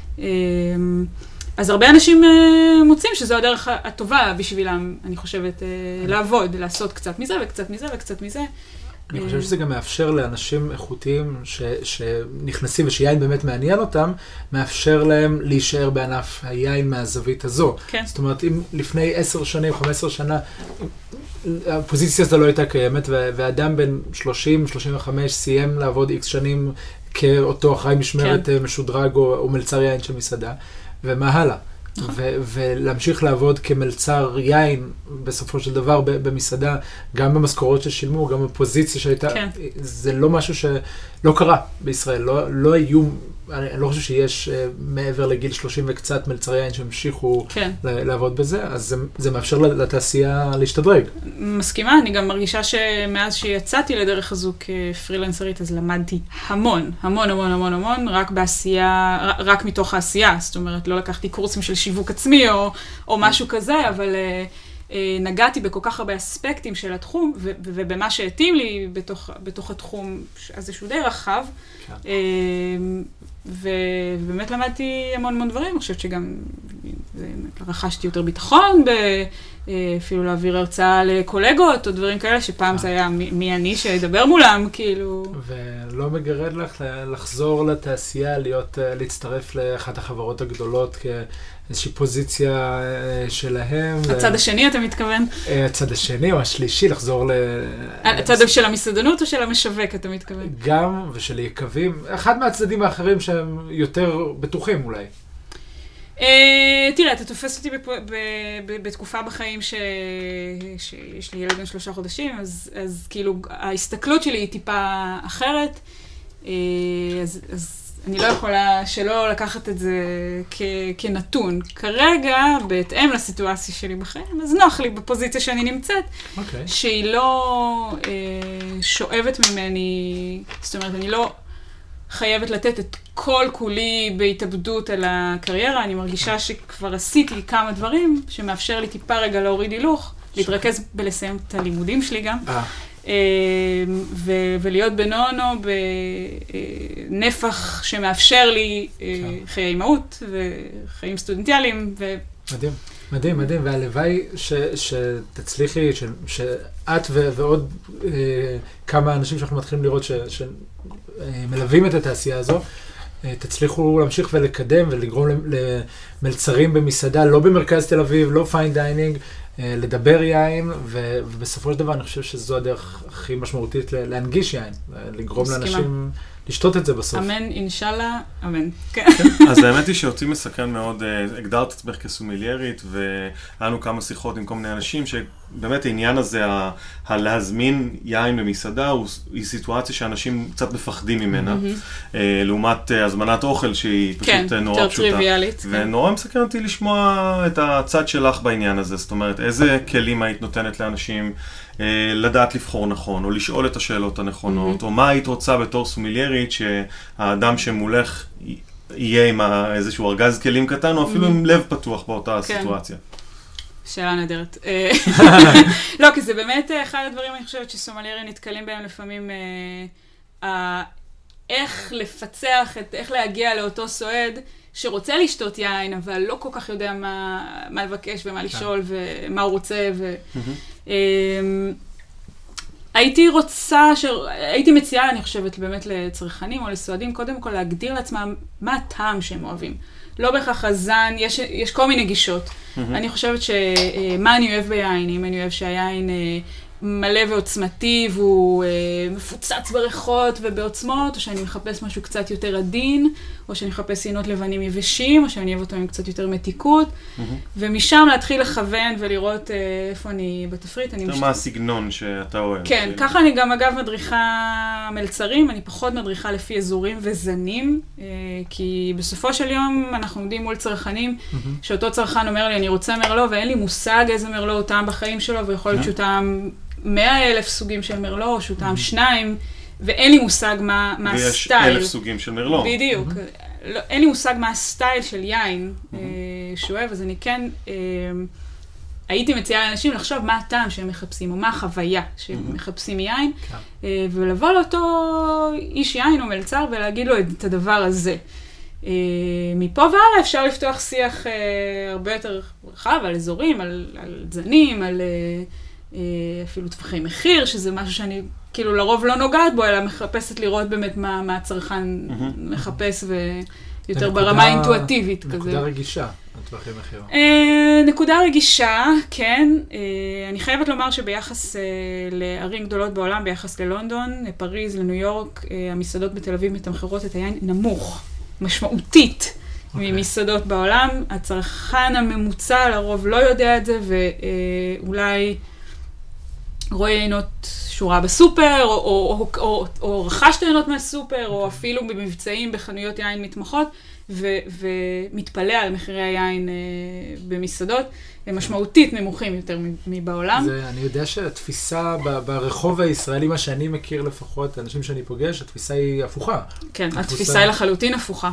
אז הרבה אנשים מוצאים שזו הדרך הטובה בשבילם, אני חושבת, לעבוד, לעשות קצת מזה וקצת מזה וקצת מזה. אני חושב שזה גם מאפשר לאנשים איכותיים שנכנסים ושיין באמת מעניין אותם, מאפשר להם להישאר בענף היין מהזווית הזו. זאת אומרת, אם לפני עשר שנים, חמש עשרה שנה, הפוזיציה הזו לא הייתה קיימת, ואדם בין שלושים שלושים וחמש סיים לעבוד איקס שנים כאותו אחראי משמרת משודרג או מלצר יין של מסעדה, ומה הלאה? ולהמשיך לעבוד כמלצר יין בסופו של דבר במסעדה, גם במשכורות ששילמו, גם בפוזיציה שהייתה, זה לא משהו שלא קרה בישראל, לא היו, אני לא חושב שיש מעבר לגיל שלושים וקצת מלצר יין שהמשיכו לעבוד בזה, אז זה מאפשר לתעשייה להשתדרג. מסכימה, אני גם מרגישה שמאז שיצאתי לדרך הזו כפרילנסרית, אז למדתי המון, המון המון המון המון, רק בעשייה, רק מתוך העשייה, זאת אומרת, לא לקחתי קורסים של שיווק עצמי או, או משהו כזה, אבל uh, uh, נגעתי בכל כך הרבה אספקטים של התחום, ו- ו- ובמה שהתאים לי בתוך, בתוך התחום, אז זה שהוא די רחב, כן. uh, ו- ובאמת למדתי המון המון דברים, אני חושבת שגם זה, רכשתי יותר ביטחון, ב- אפילו להעביר הרצאה לקולגות או דברים כאלה, שפעם זה היה מי, מי אני שידבר מולם, כאילו. ולא מגרד לך לחזור לתעשייה, להיות, להצטרף לאחת החברות הגדולות כאיזושהי פוזיציה שלהם. הצד השני אתה מתכוון? הצד השני או השלישי, לחזור ל... הצד של המסעדנות או של המשווק אתה מתכוון? גם, ושל יקבים. אחד מהצדדים האחרים שהם יותר בטוחים אולי. תראה, אתה תופס אותי בתקופה בחיים שיש לי ילד בן שלושה חודשים, אז כאילו ההסתכלות שלי היא טיפה אחרת, אז אני לא יכולה שלא לקחת את זה כנתון. כרגע, בהתאם לסיטואציה שלי בחיים, אז נוח לי בפוזיציה שאני נמצאת, שהיא לא שואבת ממני, זאת אומרת, אני לא... חייבת לתת את כל כולי בהתאבדות על הקריירה. אני מרגישה שכבר עשיתי כמה דברים שמאפשר לי טיפה רגע להוריד הילוך, להתרכז בלסיים את הלימודים שלי גם, ולהיות בנונו בנפח שמאפשר לי חיי אימהות וחיים סטודנטיאליים. מדהים, מדהים, מדהים. והלוואי שתצליחי, שאת ועוד כמה אנשים שאנחנו מתחילים לראות מלווים את התעשייה הזו, תצליחו להמשיך ולקדם ולגרום למלצרים במסעדה, לא במרכז תל אביב, לא פיין דיינינג, לדבר יין, ובסופו של דבר אני חושב שזו הדרך הכי משמעותית להנגיש יין, לגרום לאנשים לשתות את זה בסוף. אמן, אינשאללה, אמן. אז האמת היא שאותי מסקרן מאוד, הגדרת את עצמך כסומיליירית, והיה לנו כמה שיחות עם כל מיני אנשים, שבאמת העניין הזה, הלהזמין יין במסעדה, היא סיטואציה שאנשים קצת מפחדים ממנה, לעומת הזמנת אוכל שהיא פשוט נורא פשוטה. ונורא מסקרן אותי לשמוע את הצד שלך בעניין הזה, זאת אומרת, איזה כלים היית נותנת לאנשים לדעת לבחור נכון, או לשאול את השאלות הנכונות, או מה היית רוצה בתור סומיליירית שהאדם שמולך יהיה עם איזשהו ארגז כלים קטן, או אפילו עם לב פתוח באותה סיטואציה. שאלה נהדרת. לא, כי זה באמת אחד הדברים, אני חושבת שסומיליירים נתקלים בהם לפעמים, איך לפצח, איך להגיע לאותו סועד שרוצה לשתות יין, אבל לא כל כך יודע מה לבקש ומה לשאול ומה הוא רוצה ו... הייתי רוצה, הייתי מציעה, אני חושבת, באמת לצרכנים או לסועדים, קודם כל להגדיר לעצמם מה הטעם שהם אוהבים. לא בהכרח הזן, יש, יש כל מיני גישות. אני חושבת שמה אני אוהב ביין, אם אני אוהב שהיין מלא ועוצמתי, והוא מפוצץ בריחות ובעוצמות, או שאני מחפש משהו קצת יותר עדין, או שאני מחפש עינות לבנים יבשים, או שאני אוהב אותו עם קצת יותר מתיקות, ומשם להתחיל לכוון ולראות איפה אני בתפריט. יותר מה הסגנון שאתה אוהב. כן, ככה אני גם אגב מדריכה מלצרים, אני פחות מדריכה לפי אזורים וזנים, כי בסופו של יום אנחנו עומדים מול צרכנים, שאותו צרכן אומר לי, אני רוצה מרלו, ואין לי מושג איזה מרלו הוא טעם בחיים שלו, ויכול להיות שהוא טעם מאה אלף סוגים של מרלו, או שהוא טעם שניים, ואין לי מושג מה, מה ויש הסטייל. ויש אלף סוגים של מרלו. בדיוק. Mm-hmm. לא, אין לי מושג מה הסטייל של יין mm-hmm. אה, שהוא אוהב, אז אני כן אה, הייתי מציעה לאנשים לחשוב מה הטעם שהם מחפשים, או מה החוויה שהם mm-hmm. מחפשים מיין, okay. אה, ולבוא לאותו איש יין או מלצר ולהגיד לו את הדבר הזה. אה, מפה והלאה אפשר לפתוח שיח אה, הרבה יותר רחב על אזורים, על, על זנים, על... אה, אפילו טווחי מחיר, שזה משהו שאני כאילו לרוב לא נוגעת בו, אלא מחפשת לראות באמת מה, מה הצרכן מחפש, ויותר ברמה אינטואטיבית כזה. נקודה רגישה, הטווחי מחיר. נקודה רגישה, כן. אני חייבת לומר שביחס לערים גדולות בעולם, ביחס ללונדון, לפריז, לניו יורק, המסעדות בתל אביב מתמחרות את היין נמוך, משמעותית. Okay. ממסעדות בעולם. הצרכן הממוצע לרוב לא יודע את זה, ואולי רואה עינות שורה בסופר, או, או, או, או, או רכש את העינות מהסופר, או אפילו במבצעים בחנויות יין מתמחות, ו, ומתפלא על מחירי היין אה, במסעדות, הם משמעותית נמוכים יותר מבעולם. זה, אני יודע שהתפיסה ברחוב הישראלי, מה שאני מכיר לפחות, האנשים שאני פוגש, התפיסה היא הפוכה. כן, התפיסה, התפיסה היא לחלוטין הפוכה.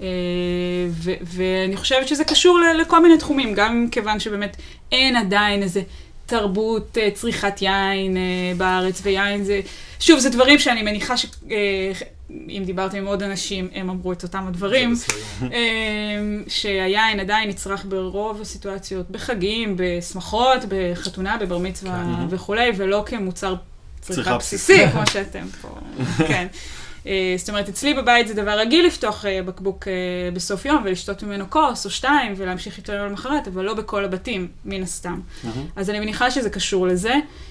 ו- ואני חושבת שזה קשור לכל מיני תחומים, גם כיוון שבאמת אין עדיין איזה תרבות צריכת יין בארץ, ויין זה, שוב, זה דברים שאני מניחה שאם דיברתם עם עוד אנשים, הם אמרו את אותם הדברים, שהיין עדיין נצרך ברוב הסיטואציות, בחגים, בשמחות, בחתונה, בבר מצווה וכולי, ולא כמוצר צריכה בסיסי, כמו שאתם פה, כן. זאת אומרת, אצלי בבית זה דבר רגיל לפתוח בקבוק בסוף יום ולשתות ממנו כוס או שתיים ולהמשיך איתו יום למחרת, אבל לא בכל הבתים, מן הסתם. אז אני מניחה שזה קשור לזה.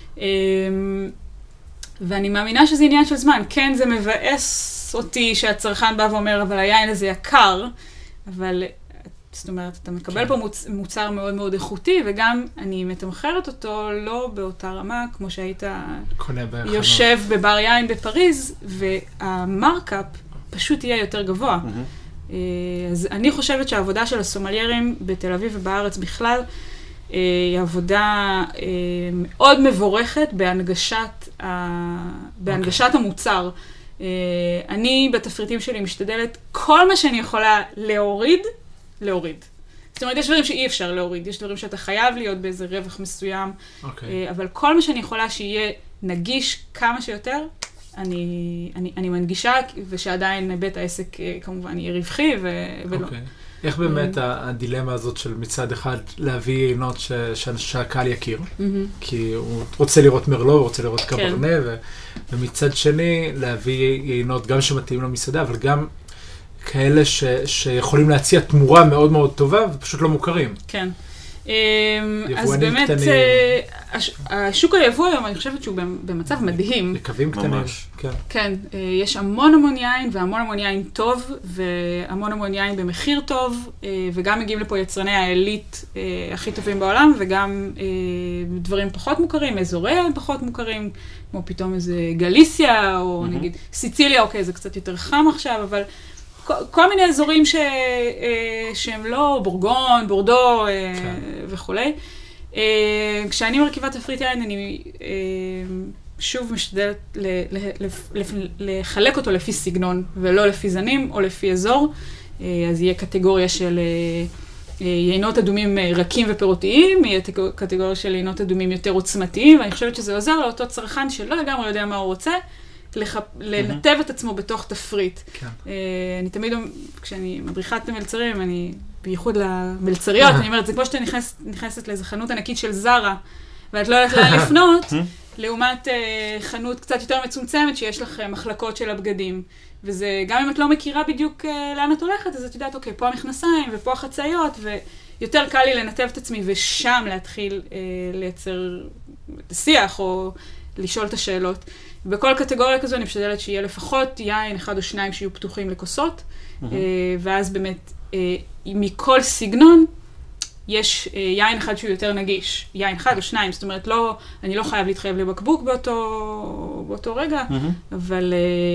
ואני מאמינה שזה עניין של זמן. כן, זה מבאס אותי שהצרכן בא ואומר, אבל היין הזה יקר, אבל זאת אומרת, אתה מקבל פה מוצר מאוד מאוד איכותי, וגם אני מתמחרת אותו לא באותה רמה, כמו שהיית יושב בבר יין בפריז, והמרקאפ פשוט יהיה יותר גבוה. אז אני חושבת שהעבודה של הסומליירים בתל אביב ובארץ בכלל, היא עבודה מאוד מבורכת בהנגשת, בהנגשת המוצר. אני בתפריטים שלי משתדלת כל מה שאני יכולה להוריד, להוריד. זאת אומרת, יש דברים שאי אפשר להוריד, יש דברים שאתה חייב להיות באיזה רווח מסוים, okay. אבל כל מה שאני יכולה שיהיה נגיש כמה שיותר, אני, אני, אני מנגישה, ושעדיין בית העסק כמובן יהיה רווחי ו, ולא. Okay. איך באמת הדילמה הזאת של מצד אחד להביא עינות ש, ש, שהקהל יכיר, mm-hmm. כי הוא רוצה לראות מרלו, הוא רוצה לראות קברנה, כן. ו, ומצד שני להביא עינות גם שמתאים למסעדה, אבל גם כאלה ש, שיכולים להציע תמורה מאוד מאוד טובה ופשוט לא מוכרים. כן. אז באמת, השוק היבוא היום, אני חושבת שהוא במצב מדהים. יקבים קטנים. כן, יש המון המון יין, והמון המון יין טוב, והמון המון יין במחיר טוב, וגם מגיעים לפה יצרני העילית הכי טובים בעולם, וגם דברים פחות מוכרים, אזורי פחות מוכרים, כמו פתאום איזה גליסיה, או נגיד סיציליה, אוקיי, זה קצת יותר חם עכשיו, אבל כל מיני אזורים ש, שהם לא בורגון, בורדו וכולי. כשאני מרכיבה תפריט יין, אני שוב משתדלת לחלק אותו לפי סגנון, ולא לפי זנים או לפי אזור. אז יהיה קטגוריה של יינות אדומים רכים ופירותיים, יהיה קטגוריה של יינות אדומים יותר עוצמתיים, ואני חושבת שזה עוזר לאותו צרכן שלא לגמרי יודע מה הוא רוצה, לנתב את עצמו בתוך תפריט. אני תמיד, כשאני מדריכת את המלצרים, אני בייחוד למלצריות, אני אומרת, זה כמו שאתה נכנסת לאיזו חנות ענקית של זרה, ואת לא יודעת לאן לפנות, לעומת חנות קצת יותר מצומצמת, שיש לך מחלקות של הבגדים. וזה, גם אם את לא מכירה בדיוק לאן את הולכת, אז את יודעת, אוקיי, פה המכנסיים ופה החצאיות, ויותר קל לי לנתב את עצמי, ושם להתחיל לייצר את השיח, או לשאול את השאלות. בכל קטגוריה כזו אני משתדלת שיהיה לפחות יין אחד או שניים שיהיו פתוחים לכוסות, mm-hmm. ואז באמת מכל סגנון יש יין אחד שהוא יותר נגיש, יין אחד או שניים, זאת אומרת לא, אני לא חייב להתחייב לבקבוק באותו, באותו רגע, mm-hmm. אבל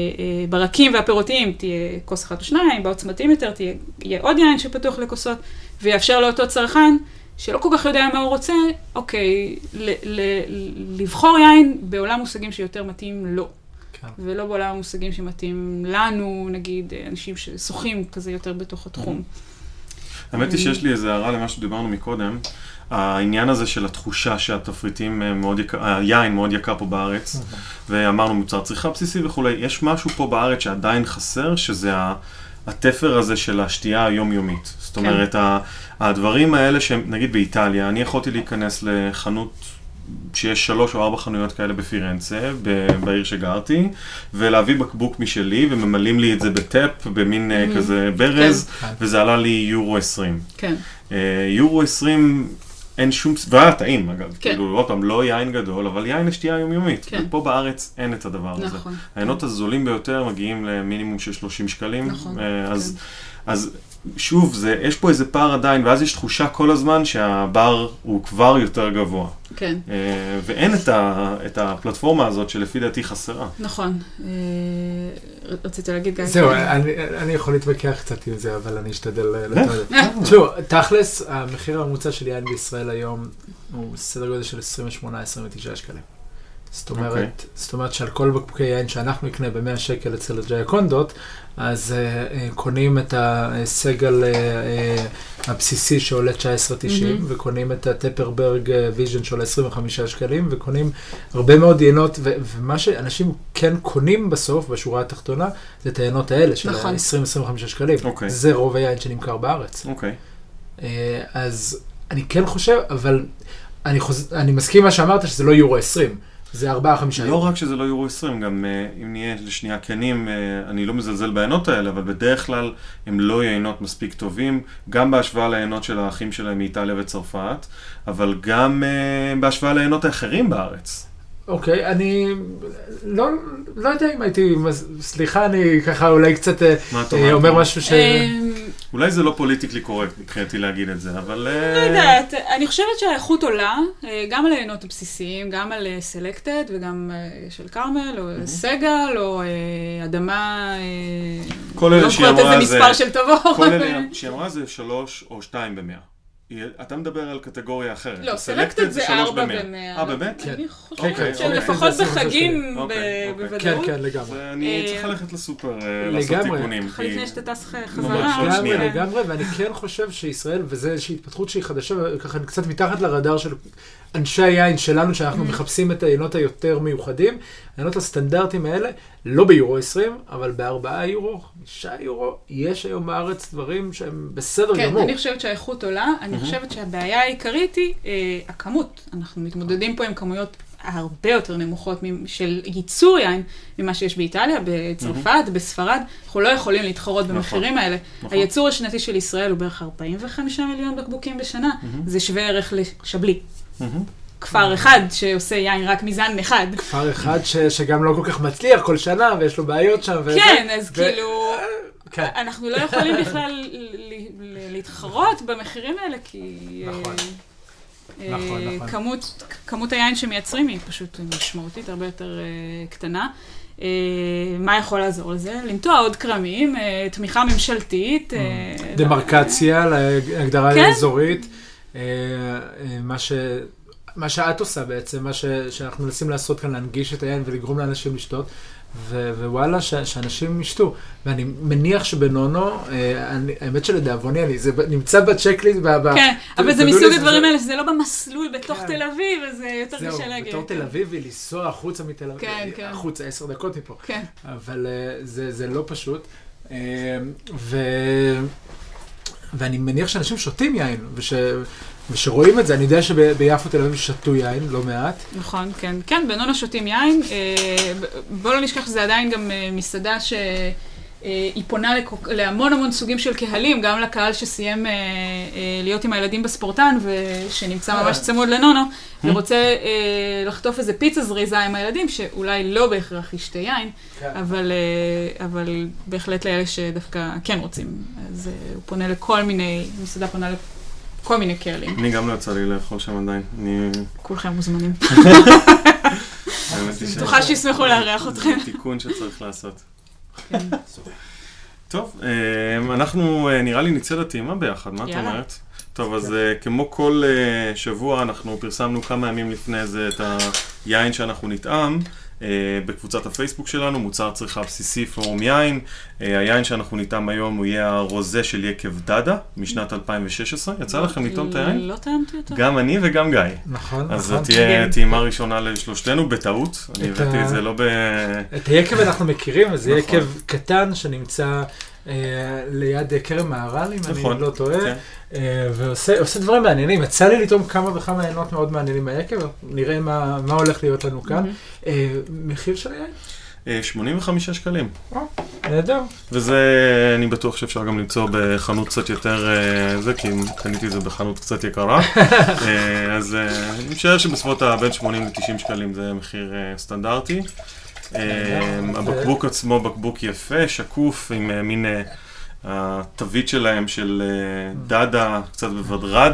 ברקים והפירותיים תהיה כוס אחד או שניים, בעוצמתיים יותר תהיה, יהיה עוד יין שפתוח לכוסות, ויאפשר לאותו צרכן שלא כל כך יודע מה הוא רוצה, אוקיי, ל- ל- לבחור יין בעולם מושגים שיותר מתאים לו. כן. ולא בעולם מושגים שמתאים לנו, נגיד, אנשים ששוחים כזה יותר בתוך התחום. האמת היא שיש לי איזו הערה למה שדיברנו מקודם, העניין הזה של התחושה שהתפריטים מאוד יקר, היין מאוד יקר פה בארץ, ואמרנו מוצר צריכה בסיסי וכולי, יש משהו פה בארץ שעדיין חסר, שזה ה... התפר הזה של השתייה היומיומית. זאת אומרת, הדברים האלה שנגיד באיטליה, אני יכולתי להיכנס לחנות שיש שלוש או ארבע חנויות כאלה בפירנצה, בעיר שגרתי, ולהביא בקבוק משלי, וממלאים לי את זה בטאפ, במין כזה ברז, וזה עלה לי יורו עשרים. כן. יורו עשרים, אין שום... והיה טעים, אגב. כאילו, עוד פעם, לא יין גדול, אבל יין לשתייה יומיומית. ופה בארץ אין את הדבר הזה. העיינות הזולים ביותר מגיעים למינימום של שלושים שקלים. נכון. אז שוב, יש פה איזה פער עדיין, ואז יש תחושה כל הזמן שהבר הוא כבר יותר גבוה. כן. ואין את הפלטפורמה הזאת שלפי דעתי חסרה. נכון. רצית להגיד גם... זהו, אני יכול להתווכח קצת עם זה, אבל אני אשתדל לתת. תשמעו, תכלס, המחיר הממוצע של יין בישראל היום הוא סדר גודל של עשרים ושמונה עד עשרים ותשעה שקלים. זאת אומרת, זאת אומרת שעל כל בקבוקי יין שאנחנו נקנה ב-מאה שקל אצל הג'ייקונדות, אז uh, קונים את הסגל uh, הבסיסי שעולה תשע עשרה תשעים, mm-hmm. וקונים את הטפרברג ויז'ן שעולה עשרים וחמישה שקלים, וקונים הרבה מאוד יינות, ו- ומה שאנשים כן קונים בסוף, בשורה התחתונה, זה את היינות האלה של נכון. עשרים עד עשרים וחמישה שקלים. Okay. זה רוב היין שנמכר בארץ. אוקיי. Okay. Uh, אז אני כן חושב, אבל אני, חוז... אני מסכים מה שאמרת שזה לא יורו עשרים. זה ארבעה חמישה. לא רק שזה לא יורו עשרים, גם אם נהיה לשנייה כנים, אני לא מזלזל בעיינות האלה, אבל בדרך כלל הם לא יינות מספיק טובים, גם בהשוואה ליינות של האחים שלהם מאיטליה וצרפת, אבל גם בהשוואה ליינות האחרים בארץ. אוקיי, אני לא, לא יודע אם הייתי, סליחה, אני ככה אולי קצת אומר משהו ש... אולי זה לא פוליטיקלי קורקט מבחינתי להגיד את זה, אבל... לא יודעת, אני חושבת שהאיכות עולה, גם על העיינות הבסיסיים, גם על סלקטד וגם של קרמל, או סגל, או אדמה... כל אלה שהיא אמרה זה... מספר של תבור. כל אלה שהיא אמרה זה שלוש או שתיים במאה. אתה מדבר על קטגוריה אחרת. לא, סלקטד זה ארבע במאה. אה, באמת? אני חושבת שלפחות בחגים בוודאות. כן, כן, לגמרי. אני צריך ללכת לסופר לעשות תיקונים. ככה לפני שאתה טס חזרה. לגמרי, לגמרי, ואני כן חושב שישראל, וזו איזושהי התפתחות שהיא חדשה, ככה קצת מתחת לרדאר של אנשי היין שלנו, שאנחנו מחפשים את העיינות היותר מיוחדים, העיינות הסטנדרטיים האלה, לא ביורו עשרים, אבל בארבעה יורו, חמישה יורו, יש היום בארץ דברים שהם בסדר גמור. כן, אני חושבת שהאיכות עולה, אני חושבת שהבעיה העיקרית היא הכמות. אנחנו מתמודדים פה עם כמויות הרבה יותר נמוכות של ייצור יין ממה שיש באיטליה, בצרפת, בספרד. אנחנו לא יכולים להתחרות במחירים האלה. הייצור השנתי של ישראל הוא בערך ארבעים וחמישה מיליון בקבוקים בשנה. זה שווה ערך לשבלי. כפר אחד שעושה יין רק מזן אחד. כפר אחד שגם לא כל כך מצליח כל שנה ויש לו בעיות שם. כן, אז כאילו... אנחנו לא יכולים בכלל להתחרות במחירים האלה, כי כמות היין שמייצרים היא פשוט משמעותית, הרבה יותר קטנה. מה יכול לעזור לזה? למתוח עוד קרמים, תמיכה ממשלתית. דמרקציה להגדרה אזורית. מה שאת עושה בעצם, מה שאנחנו מנסים לעשות כאן, להנגיש את היין ולגרום לאנשים לשתות. ווואלה, שאנשים ישתו. ואני מניח שבנונו, האמת שלדאבוני, זה נמצא בצ'קליסט. כן, אבל זה מסוג הדברים האלה, שזה לא במסלול בתוך תל אביב, אז זה יותר קשה להגיע. בתור תל אביב, ולנסוע החוצה מתל אביב, החוצה, עשר דקות מפה. אבל זה לא פשוט. ואני מניח שאנשים שותים יין, ושרואים את זה, אני יודע שביפו תל אביב שתו יין, לא מעט. נכון, כן. כן, בנונו שותים יין. בואו לא נשכח שזה עדיין גם מסעדה שהיא פונה להמון המון סוגים של קהלים, גם לקהל שסיים להיות עם הילדים בספורטן, ושנמצא ממש צמוד לנונו, ורוצה לחטוף איזה פיצה זריזה עם הילדים, שאולי לא בהכרח ישתה יין, אבל בהחלט לאלה שדווקא כן רוצים. אז הוא פונה לכל מיני, מסעדה פונה לכל כל מיני קהלים. אני גם לא יצא לי לאכול שם עדיין. כולכם מוזמנים. בטוחה שישמחו לארח אתכם. זה תיקון שצריך לעשות. טוב, אנחנו נראה לי נצא לטעימה ביחד, מה את אומרת? טוב, אז כמו כל שבוע אנחנו פרסמנו כמה ימים לפני זה את היין שאנחנו נטעם. בקבוצת הפייסבוק שלנו, מוצר צריכה בסיסי פורום יין. היין שאנחנו נטעם היום הוא יהיה הרוזה של יקב דדה, משנת אלפיים ושש עשרה. יצא לכם לטעום את היין? לא טעמתי אותו. גם אני וגם גיא. נכון, נכון. אז זו תהיה טעימה ראשונה לשלושתנו, בטעות. אני הבאתי את זה לא ב... את היקב אנחנו מכירים, זה יקב קטן שנמצא ליד כרם מהר"ל, אם אני לא טועה. ועושה דברים מעניינים. יצא לי לטעום כמה וכמה עיינות מאוד מעניינים מהיקב, נראה מה הולך להיות לנו כאן. מחיר של היין? שמונים וחמישה שקלים. נהדר. וזה, אני בטוח שאפשר גם למצוא בחנות קצת יותר, זה, כי קניתי זה בחנות קצת יקרה. אז אני משער שבסביבות בין שמונים ל-תשעים שקלים זה מחיר סטנדרטי. הבקבוק עצמו בקבוק יפה, שקוף, עם מין התווית שלהם של דדה, קצת בבדרד.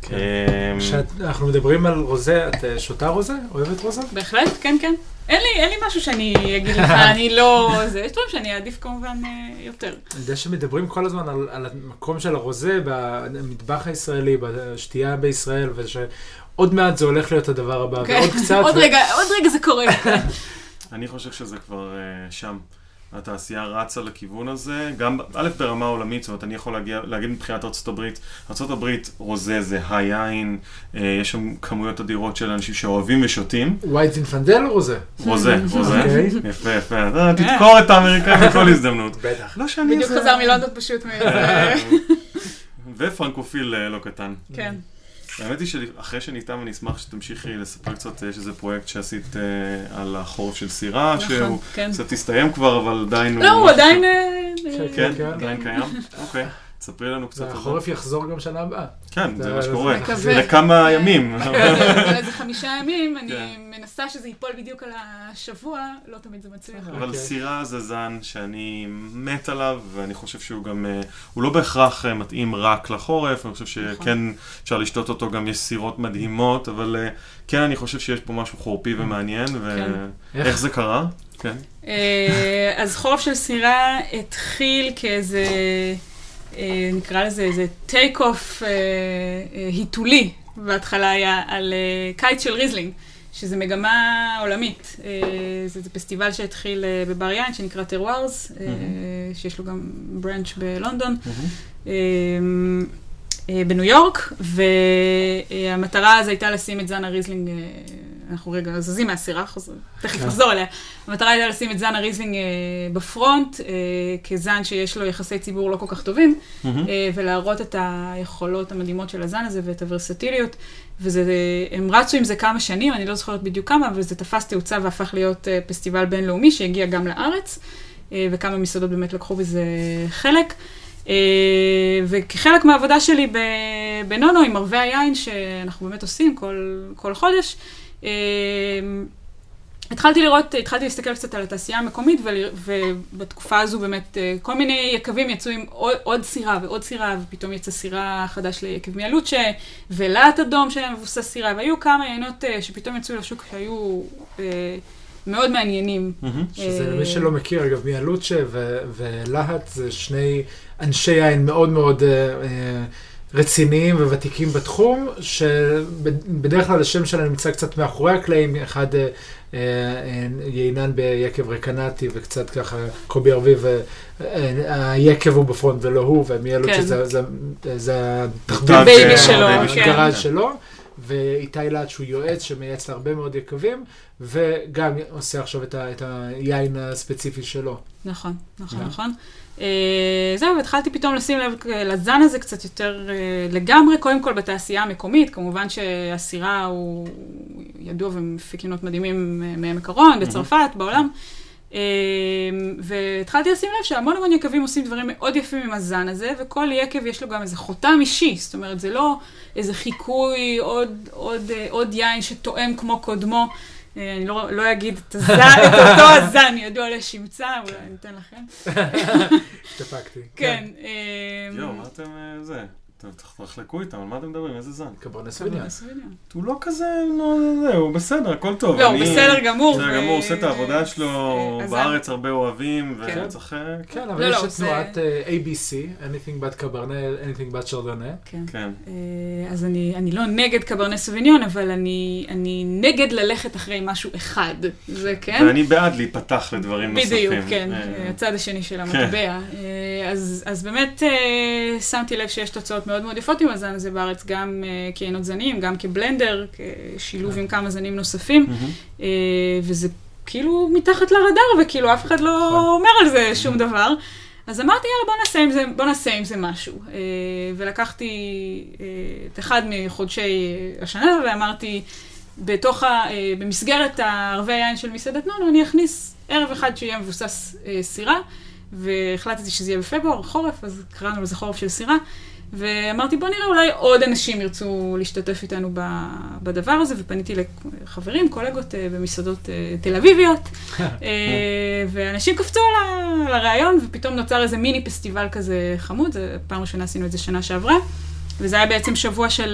כשאנחנו מדברים על רוזה, את שותה רוזה? אוהבת רוזה? בהחלט, כן, כן. אין לי, אין לי משהו שאני אגיד לך, אני לא... זה, יש דברים שאני אעדיף כמובן יותר. אני יודע שמדברים כל הזמן על, על המקום של הרוזה במטבח הישראלי, בשתייה בישראל, ושעוד מעט זה הולך להיות הדבר הבא, okay. ועוד קצת... עוד, ו... רגע, עוד רגע זה קורה. אני חושב שזה כבר uh, שם. התעשייה רצה לכיוון הזה, גם א' ברמה עולמית, זאת אומרת, אני יכול להגיע, להגיד מבחינת ארצות הברית, ארצות הברית רוזה זה היין, יש שם כמויות אדירות של אנשים שאוהבים ושותים. ווייט זינפנדל או רוזה? רוזה, רוזה. יפה, יפה. אתה תדקור את האמריקאים בכל הזדמנות. בטח. לא שאני... בדיוק חזר מלונדון פשוט מאיזה... ופרנקופיל לא קטן. כן. האמת היא שאחרי שניתן אני אשמח שתמשיכי לספר קצת שזה פרויקט שעשית על החורף של סירה, שהוא קצת הסתיים כבר, אבל עדיין... לא, הוא עדיין... כן, עדיין קיים. אוקיי, תספרי לנו קצת. החורף יחזור גם שנה הבאה. כן, זה מה שקורה. לכמה ימים. איזה חמישה ימים, אני מנסה שזה ייפול בדיוק על השבוע, לא תמיד זה מצליח. אבל סירה זה זן שאני מת עליו, ואני חושב שהוא גם, הוא לא בהכרח מתאים רק לחורף, אני חושב שכן אפשר לשתות אותו, גם יש סירות מדהימות, אבל כן אני חושב שיש פה משהו חורפי ומעניין, ואיך זה קרה? כן. אז חורף של סירה התחיל כאיזה... נקרא לזה איזה טייק אוף היתולי, בהתחלה היה על קיץ של ריזלינג, שזה מגמה עולמית. זה פסטיבל שהתחיל בבר יין, שנקרא טרווארס, שיש לו גם ברנץ' בלונדון, בניו יורק, והמטרה אז הייתה לשים את זן הריזלינג אנחנו רגע זזים מהסירה, תכף נחזור אליה. המטרה הייתה לשים את זן הריזלינג בפרונט, כזן שיש לו יחסי ציבור לא כל כך טובים, ולהראות את היכולות המדהימות של הזן הזה ואת הוורסטיליות, והם רצו עם זה כמה שנים, אני לא זוכרת בדיוק כמה, אבל זה תפס תאוצה והפך להיות פסטיבל בינלאומי שהגיע גם לארץ, וכמה מסעדות באמת לקחו בזה חלק. וכחלק מהעבודה שלי בנונו עם ערבי היין שאנחנו באמת עושים כל, כל חודש, התחלתי לראות, התחלתי להסתכל קצת על התעשייה המקומית, ובתקופה הזו באמת כל מיני יקבים יצאו עם עוד, עוד סירה ועוד סירה, ופתאום יצא סירה חדש ליקב מיאלוצ'ה, ולאט אדום שהיה מבוסס סירה, והיו כמה יינות שפתאום יצאו לשוק שהיו מאוד מעניינים. שזה למי שלא מכיר, אגב, מיאלוצ'ה ולהט זה שני אנשי יין מאוד מאוד רציניים וותיקים בתחום, שבדרך כלל השם שלהם נמצא קצת מאחורי הקלעים, אחד יינן ביקב רקנטי וקצת ככה קובי ארביב, היקב הוא בפרונט ולא הוא, ומיאלוצ'ה זה הבייבי שלו, הגראז' שלו. ואיתי להט שהוא יועץ שמייעץ להרבה מאוד יקבים, וגם עושה עכשיו את, ה, את היין הספציפי שלו. נכון, נכון, נכון. זהו, והתחלתי פתאום לשים לב לזן הזה קצת יותר לגמרי, קודם כל בתעשייה המקומית, כמובן שהסירה הוא ידוע ומפיק יינות מדהימים מעמק הרון, בצרפת, בעולם. והתחלתי לשים לב שהמון המון יקבים עושים דברים מאוד יפים עם הזן הזה, וכל יקב יש לו גם איזה חותם אישי, זאת אומרת, זה לא איזה חיקוי, עוד, עוד, עוד יין שתואם כמו קודמו. אני לא, לא אגיד את הזן, את אותו הזן, ידוע לשמצה, אולי אני אתן לכם. השתפקתי. כן. יו, מה אתם זה? תחלקו איתם, על מה אתם מדברים? איזה זן? קברנה סוביניון. הוא לא כזה, הוא בסדר, הכל טוב. לא, הוא בסדר גמור. בסדר גמור, הוא עושה את העבודה שלו, בארץ הרבה אוהבים, וצריך... כן, אבל יש את תנועת A B C, Anything but Cabernet, Anything but Chardonnay. כן. אז אני לא נגד קברנה סוביניון, אבל אני נגד ללכת אחרי משהו אחד. זה כן. ואני בעד להיפתח לדברים נוספים. בדיוק, כן. הצד השני של המטבע. אז באמת שמתי לב שיש תוצאות מאוד מאוד יפות עם הזן הזה בארץ, גם כיינות זנים, גם כבלנדר, כשילוב עם כמה זנים נוספים, וזה כאילו מתחת לרדאר, וכאילו אף אחד לא אומר על זה שום דבר. אז אמרתי, יאללה, בוא נעשה עם זה, בוא נעשה עם זה משהו. ולקחתי את אחד מחודשי השנה, ואמרתי, בתוך ה... במסגרת הערבי היין של מסעדת נונו, אני אכניס ערב אחד שיהיה מבוסס סירה, והחלטתי שזה יהיה בפברואר, חורף, אז קראנו לזה חורף של סירה, ואמרתי, בוא נראה, אולי עוד אנשים ירצו להשתתף איתנו בדבר הזה, ופניתי לחברים, קולגות במסעדות תל אביביות, ואנשים קפצו לרעיון, ופתאום נוצר איזה מיני פסטיבל כזה חמוד, פעם ראשונה עשינו את זה שנה שעברה, וזה היה בעצם שבוע של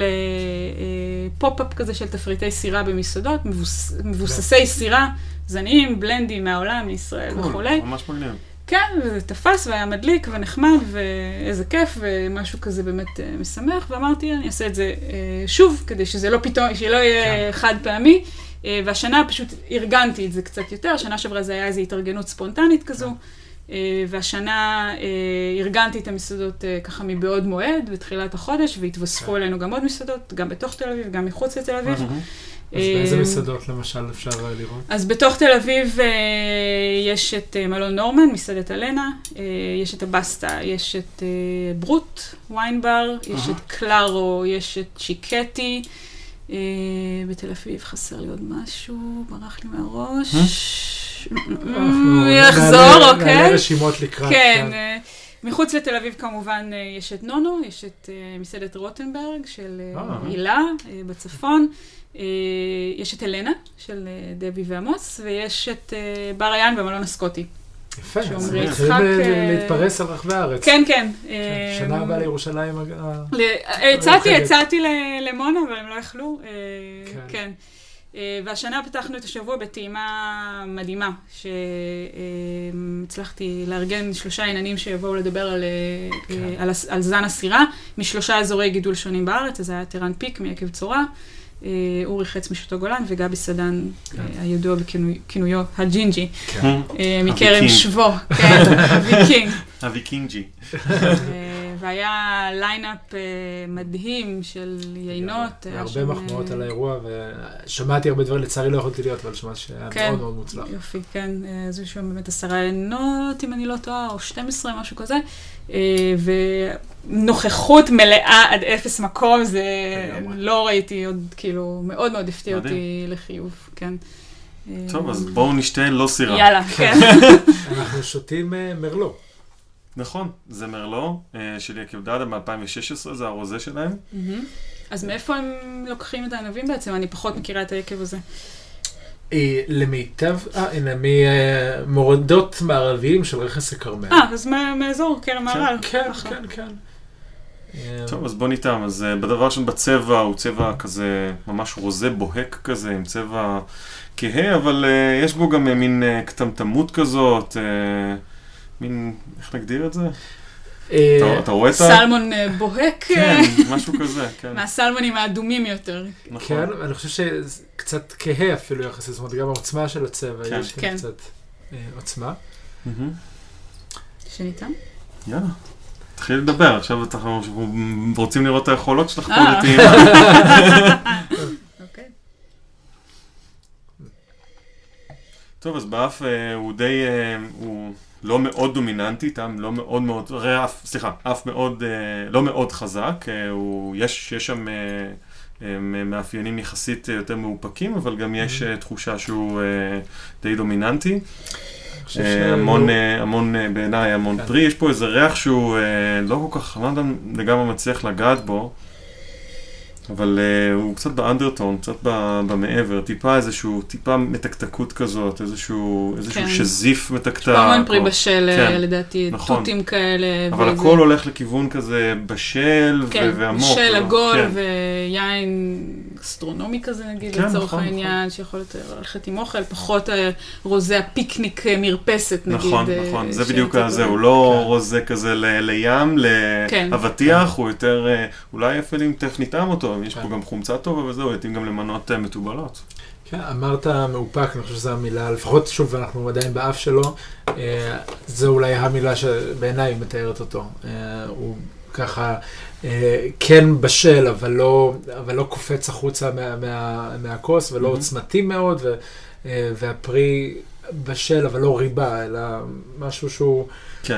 פופ-אפ כזה של תפריטי סירה במסעדות, מבוססי סירה, זניים, בלנדים מהעולם, מישראל וכולי. ממש מגניב. כן, וזה תפס והיה מדליק ונחמד ואיזה כיף ומשהו כזה באמת משמח, ואמרתי, אני אעשה את זה שוב, כדי שזה לא פתאום, שלא יהיה חד פעמי, והשנה פשוט ארגנתי את זה קצת יותר, השנה שעברה זה היה איזו התארגנות ספונטנית כזו, והשנה ארגנתי את המסעדות ככה מבעוד מועד בתחילת החודש, והתווספו אלינו גם עוד מסעדות, גם בתוך תל אביב, גם מחוץ לתל אביב. אז באיזה מסעדות למשל אפשר לראות? אז בתוך תל אביב יש את מלון נורמן, מסעדת אלנה, יש את הבסטה, יש את ברוט, ויינבר, יש את קלארו, יש את צ'יקטי. בתל אביב חסר לי עוד משהו, ברח לי מהראש. יחזור, אוקיי? נעלה רשימות לקראת. כן. מחוץ לתל אביב כמובן יש את נונו, יש את מסעדת רוטנברג של הילה בצפון. יש את אלנה של דבי ועמוס, ויש את בר היין במלון הסקוטי. יפה, אז מתחילים להתפרס על רחבי הארץ. כן, כן. שנה הבאה לירושלים. הצעתי, הצעתי למונה, אבל הם לא יכלו. כן. והשנה פתחנו את השבוע בטעימה מדהימה, שהצלחתי לארגן שלושה עיננים שיבואו לדבר על, על, על זן הסירה, משלושה אזורי גידול שונים בארץ, אז היה טרן פיק מיקב צורה, אורי חץ משוטו גולן, וגבי סדן, הידוע בכינויו הג'ינג'י, מקרם שבו, הוויקינג. הוויקינג'י. והיה ליינאפ מדהים של יינות. הרבה מחמאות על האירוע, ושמעתי הרבה דברים, לצערי לא יכולתי להיות, אבל שמעתי שהיה מאוד מאוד מוצלח. יופי, כן. זה יש שם באמת עשרה יינות, אם אני לא טועה, או שתים עשרה, משהו כזה. ונוכחות מלאה עד אפס מקום, זה לא ראיתי עוד, כאילו, מאוד מאוד הפתיע אותי לחיוב, כן. טוב, אז בואו נשתה לא סירה. יאללה, כן. אנחנו שותים מרלו. נכון, זה מרלו של יקב דדה מ-אלפיים ושש עשרה, זה הרוזה שלהם. אז מאיפה הם לוקחים את הענבים בעצם? אני פחות מכירה את היקב הזה. למיטב, אה, הנה, ממורדות מערביים של רכס הכרמל. אה, אז מאזור קרם מהר"ל. כן, כן, כן. טוב, אז בוא ניתם. אז בדבר שם בצבע, הוא צבע כזה, ממש רוזה בוהק כזה, עם צבע כהה, אבל יש בו גם מין קטמטמות כזאת, מין, איך נגדיר את זה? אתה רואה את ה... סלמון בוהק. כן, משהו כזה, כן. מהסלמונים האדומים יותר. כן, אני חושב שקצת כהה אפילו יחסית, זאת אומרת, גם העוצמה של הצבע, יש כאן קצת עוצמה. שניתם? יאללה. תתחיל לדבר, עכשיו אנחנו רוצים לראות את היכולות שלך פה לטעימה. אוקיי. טוב, אז באף הוא די, הוא לא מאוד דומיננטי, טעם לא מאוד מאוד, אף, סליחה, אף מאוד, לא מאוד חזק, הוא, יש, יש שם מאפיינים יחסית יותר מאופקים, אבל גם יש תחושה שהוא די דומיננטי. המון, המון בעיניי, המון פרי, יש פה איזה ריח שהוא לא כל כך, לא יודע לגמרי מצליח לגעת בו, אבל uh, הוא קצת באנדרטון, קצת במעבר, טיפה איזשהו, טיפה מתקתקות כזאת, איזשהו, איזשהו כן. שזיף מתקתק. יש פה המון פרי בשל, כן. לדעתי, נכון. טוטים כאלה. אבל ואיזה... הכל הולך לכיוון כזה בשל כן, ועמוק. בשל לא? עגול כן. ויין אסטרונומי כזה נגיד, כן, לצורך נכון, העניין, נכון. שיכול ללכת עם אוכל, פחות רוזה הפיקניק מרפסת נגיד. נכון, נכון, זה בדיוק הזה, הוא לא כן. רוזה כזה ל- לים, לאבטיח, כן. הוא יותר, אולי אפילו אם תכף נטעם אותו, יש פה גם חומצה טובה וזהו, יתאים גם למנות מטובלות. כן, אמרת מאופק, אני חושב שזו המילה, לפחות שוב, אנחנו עדיין באף שלו, זו אולי המילה שבעיניי מתארת אותו. הוא ככה כן בשל, אבל לא, אבל לא קופץ החוצה מה, מה, מהכוס, ולא עוצמתי מאוד, ו, והפרי בשל, אבל לא ריבה, אלא משהו שהוא... כן.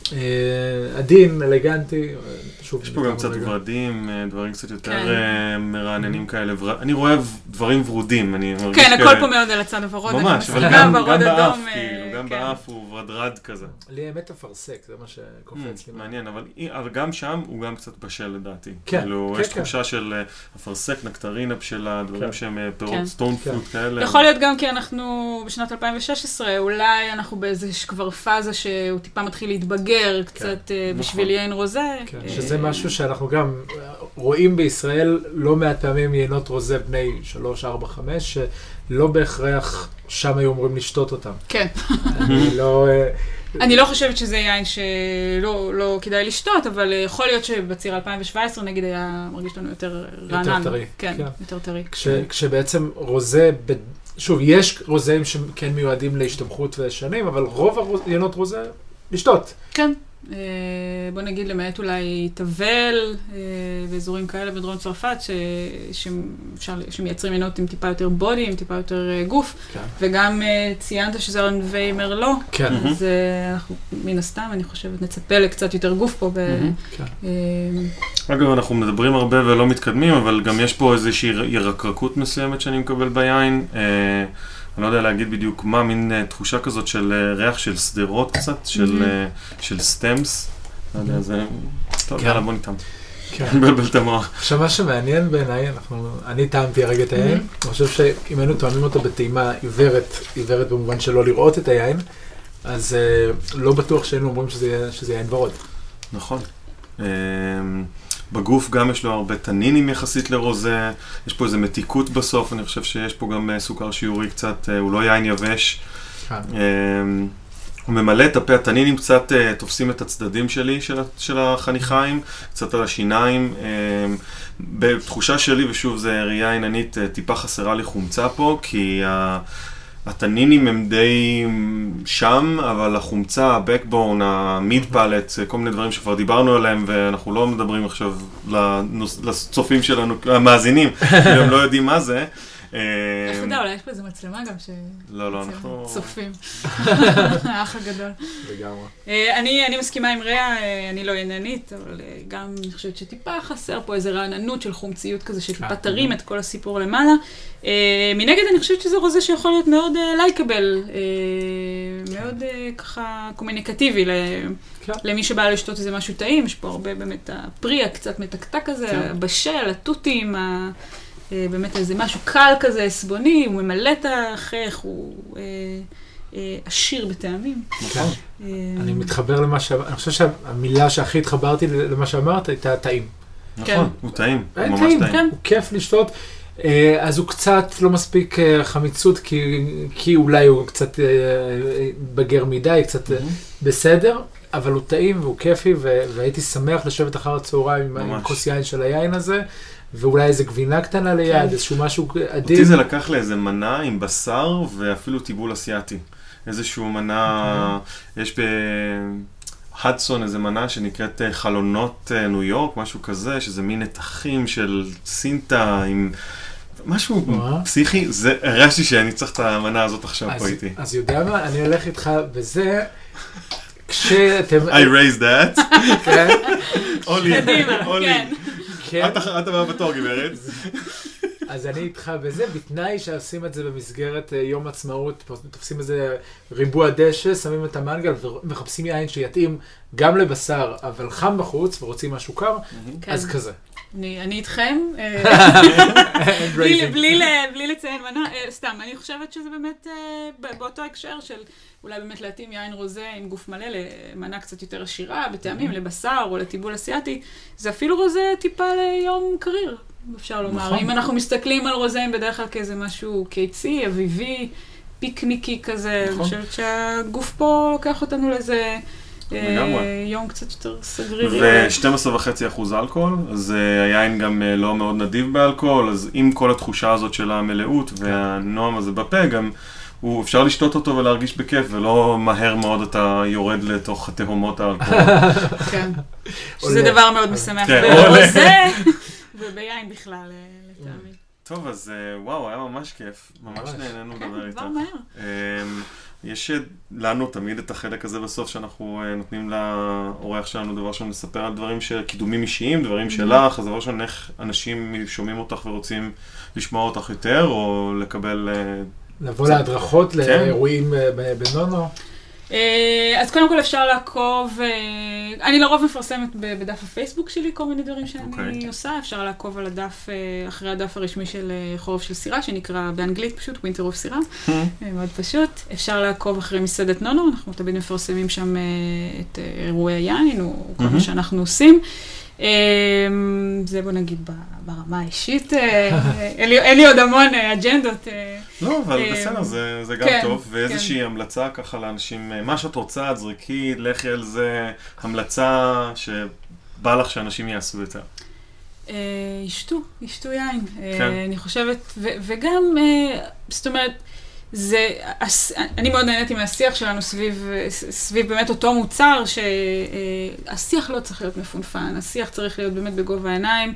עדין, אלגנטי. יש פה גם קצת ורדים, דברים קצת יותר מרעננים כאלה. אני רואה דברים ורודים. כן, הכל פה מאוד על הצד הוורוד. ממש, אבל גם באף, גם באף הוא ורדרד כזה. לי האמת אפרסק, זה מה שקופץ לי. מעניין, אבל גם שם הוא גם קצת בשל לדעתי. כן. יש תחושה של אפרסק, נקטרינה בשלה, דברים שהם פירות סטון פרוט כאלה. יכול להיות גם כי אנחנו בשנת אלפיים ושש עשרה, אולי אנחנו באיזה כבר פאזה שהוא טיפה מתחיל להתבגר קצת בשביל יין רוזה. שזה משהו שאנחנו גם רואים בישראל לא מעט פעמים יינות רוזה בני שלוש, ארבע, חמש, שלא בהכרח שם היו אומרים לשתות אותם. כן. אני לא... אני לא חושבת שזה יין שלא לא כדאי לשתות, אבל יכול להיות שבציר אלפיים ושבע עשרה נגיד היה מרגיש לנו יותר רענן. יותר טרי. כן, כן. יותר טרי. כש, כשבעצם רוזה, ב... שוב, יש רוזאים שכן מיועדים להשתמכות ושנים, אבל רוב היינות רוזה לשתות. כן. בוא נגיד למעט אולי תבל ואזורים כאלה בדרום צרפת שמייצרים יינות עם טיפה יותר בודי, עם טיפה יותר גוף, וגם ציינת שזה ענבי מרלו, אז אנחנו מן הסתם אני חושבת נצפה לקצת יותר גוף פה. אגב, אנחנו מדברים הרבה ולא מתקדמים, אבל גם יש פה איזושהי ירקרקות מסוימת שאני מקבל ביין. אני לא יודע להגיד בדיוק מה, מין תחושה כזאת של ריח של סדרות קצת, של סטמס. לא יודע, זה... טוב, יאללה, בוא ניתם. נבלבל את המוח. עכשיו, מה שמעניין בעיניי, אני טעמתי הרגע את היין, אני חושב שאם היינו טועמים אותו בטעימה עיוורת, עיוורת במובן שלא לראות את היין, אז לא בטוח שהיינו אומרים שזה יין ורוד. נכון. בגוף גם יש לו הרבה תנינים יחסית לרוזה, יש פה איזו מתיקות בסוף, אני חושב שיש פה גם סוכר שיעורי קצת, הוא לא יין יבש. הוא ממלא את הפה, התנינים קצת תופסים את הצדדים שלי, של החניכיים, קצת על השיניים. בתחושה שלי, ושוב זה ראייה עיננית, טיפה חסרה לי חומצה פה, כי הטנינים הם די שם, אבל החומצה, הבקבון, המיד פלט, כל מיני דברים שכבר דיברנו עליהם, ואנחנו לא מדברים עכשיו לצופים שלנו, המאזינים, הם לא יודעים מה זה. איך תדע, אולי יש פה איזו מצלמה גם ש... לא, לא, אנחנו... צופים. האח הגדול. לגמרי. אני מסכימה עם ריאה, אני לא עניינית, אבל גם אני חושבת שטיפה חסר פה איזו רעננות של חומציות כזה, שטיפה תרים את כל הסיפור למעלה. מנגד אני חושבת שזה רוזה שיכול להיות מאוד לייקבל, מאוד ככה קומוניקטיבי למי שבא לשתות איזה משהו טעים, יש פה הרבה באמת הפרי הקצת מתקתק כזה, הבשל, התותים, באמת איזה משהו קל כזה, סבוני, הוא ממלא את החייך, הוא עשיר בטעמים. אני מתחבר למה שאמרת, אני חושב שהמילה שהכי התחברתי למה שאמרת הייתה טעים. נכון, הוא טעים, הוא ממש טעים. הוא כיף לשתות, אז הוא קצת לא מספיק חמיצות, כי אולי הוא קצת בגר מדי, קצת בסדר, אבל הוא טעים והוא כיפי, והייתי שמח לשבת אחר הצהריים עם כוס יין של היין הזה, ואולי איזה גבינה קטנה ליד, איזשהו משהו עדין. אותי זה לקח לאיזה מנה עם בשר ואפילו טיבול אסיאטי. איזשהו מנה, יש בהדסון איזה מנה שנקראת חלונות ניו יורק, משהו כזה, שזה מין נתחים של סינטה עם משהו פסיכי. זה, הרגשתי שאני צריך את המנה הזאת עכשיו פה איתי. אז יודע מה, אני הולך איתך בזה, כשאתם... I raised that. כן. קדימה, כן. את הבאה בתור, גברת. אז אני איתך בזה, בתנאי שעושים את זה במסגרת יום עצמאות, תופסים איזה ריבוע דשא, שמים את המנגל ומחפשים יין שיתאים גם לבשר, אבל חם בחוץ ורוצים משהו קר, אז כזה. אני איתכם, בלי לציין מנה, סתם, אני חושבת שזה באמת באותו הקשר של אולי באמת להתאים יין רוזה עם גוף מלא למנה קצת יותר עשירה, בטעמים, לבשר או לטיבול אסיאטי, זה אפילו רוזה טיפה ליום קריר, אפשר לומר. אם אנחנו מסתכלים על רוזים בדרך כלל כאיזה משהו קיצי, אביבי, פיקניקי כזה, אני חושבת שהגוף פה לוקח אותנו לאיזה... יום קצת יותר סגרירי. ו-שתים עשרה וחצי אחוז אלכוהול, אז היין גם לא מאוד נדיב באלכוהול, אז עם כל התחושה הזאת של המלאות והנועם הזה בפה, גם הוא אפשר לשתות אותו ולהרגיש בכיף, ולא מהר מאוד אתה יורד לתוך התהומות האלכוהול. כן, שזה דבר מאוד משמח ברוזה, וביין בכלל, לטעמי. טוב, אז וואו, היה ממש כיף, ממש נהנינו לדבר איתך. דבר מהר. יש לנו תמיד את החלק הזה בסוף שאנחנו נותנים לאורח שלנו דבר שלנו לספר על דברים של קידומים אישיים, דברים שלך, אז דבר שלנו איך אנשים שומעים אותך ורוצים לשמוע אותך יותר, או לקבל... לבוא להדרכות, לאירועים בנונו. אז קודם כל אפשר לעקוב, אני לרוב מפרסמת בדף הפייסבוק שלי כל מיני דברים שאני עושה, אפשר לעקוב על הדף, אחרי הדף הרשמי של חורף של סירה, שנקרא באנגלית פשוט Winter of סירה, מאוד פשוט. אפשר לעקוב אחרי מסעדת נונו, אנחנו תמיד מפרסמים שם את אירועי היין, או כל מה שאנחנו עושים. זה בוא נגיד ברמה האישית, אין לי עוד המון אג'נדות. לא, אבל בסדר, זה גם טוב, ואיזושהי המלצה ככה לאנשים, מה שאת רוצה, זריקי, לכי על זה, המלצה שבא לך שאנשים יעשו יותר. ישתו, ישתו יין, אני חושבת, וגם, זאת אומרת, זה, אני מאוד נהניתי מהשיח שלנו סביב, סביב באמת אותו מוצר, שהשיח לא צריך להיות מפונפן, השיח צריך להיות באמת בגובה העיניים,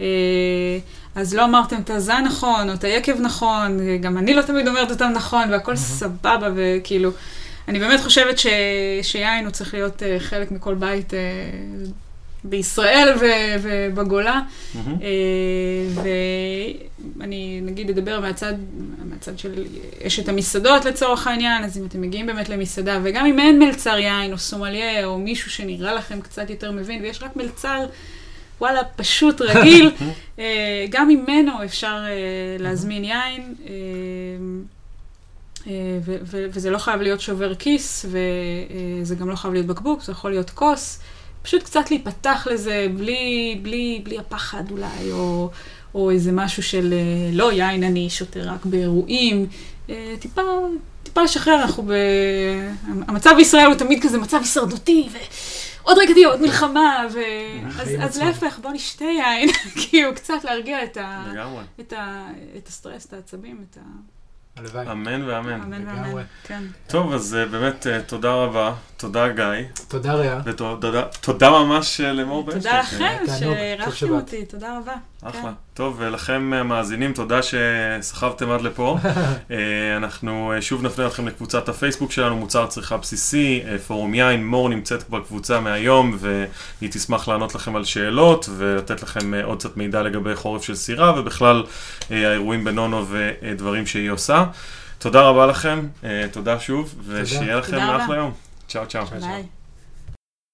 אז לא אמרתם את הזן נכון, או את היקב נכון, גם אני לא תמיד אומרת אותם נכון, והכל סבבה, וכאילו, אני באמת חושבת ש, שיין הוא צריך להיות חלק מכל בית בישראל ובגולה, ואני נגיד אדבר מהצד, מהצד של אשת המסעדות לצורך העניין, אז אם אתם מגיעים באמת למסעדה, וגם אם אין מלצר יין או סומליה או מישהו שנראה לכם קצת יותר מבין, ויש רק מלצר, וואלה, פשוט רגיל, גם ממנו אפשר להזמין יין, וזה לא חייב להיות שובר כיס, וזה גם לא חייב להיות בקבוק, זה יכול להיות כוס, פשוט קצת להיפתח לזה, בלי, בלי, בלי הפחד אולי, או, או איזה משהו של לא יין, אני שותה רק באירועים, טיפה, טיפה לשחרר, אנחנו ב... המצב בישראל הוא תמיד כזה מצב הישרדותי, ועוד רגע תהיה עוד מלחמה, ו... אז, אז להפך, בוא נשתה יין, כאילו קצת להרגיע את, ה... את, ה... את הסטרס, את העצבים, את ה... הלוואי. אמן ואמן. אמן ואמן, כן. טוב, אז באמת תודה רבה, תודה גיא. תודה ריה. ותודה ממש למור בנשטיין. תודה לכם שערכתם אותי, תודה רבה. אחלה. טוב, ולכם מאזינים, תודה שסחבתם עד לפה. אנחנו שוב נפנה אתכם לקבוצת הפייסבוק שלנו, מוצר צריכה בסיסי, פורום יין, מור נמצאת בקבוצה מהיום, והיא תשמח לענות לכם על שאלות, ולתת לכם עוד קצת מידע לגבי חורף של סירה, ובכלל האירועים בנונו ודברים שהיא עושה. תודה רבה לכם, תודה שוב, ושיהיה לכם אחלה יום. צ'או צ'או. ביי.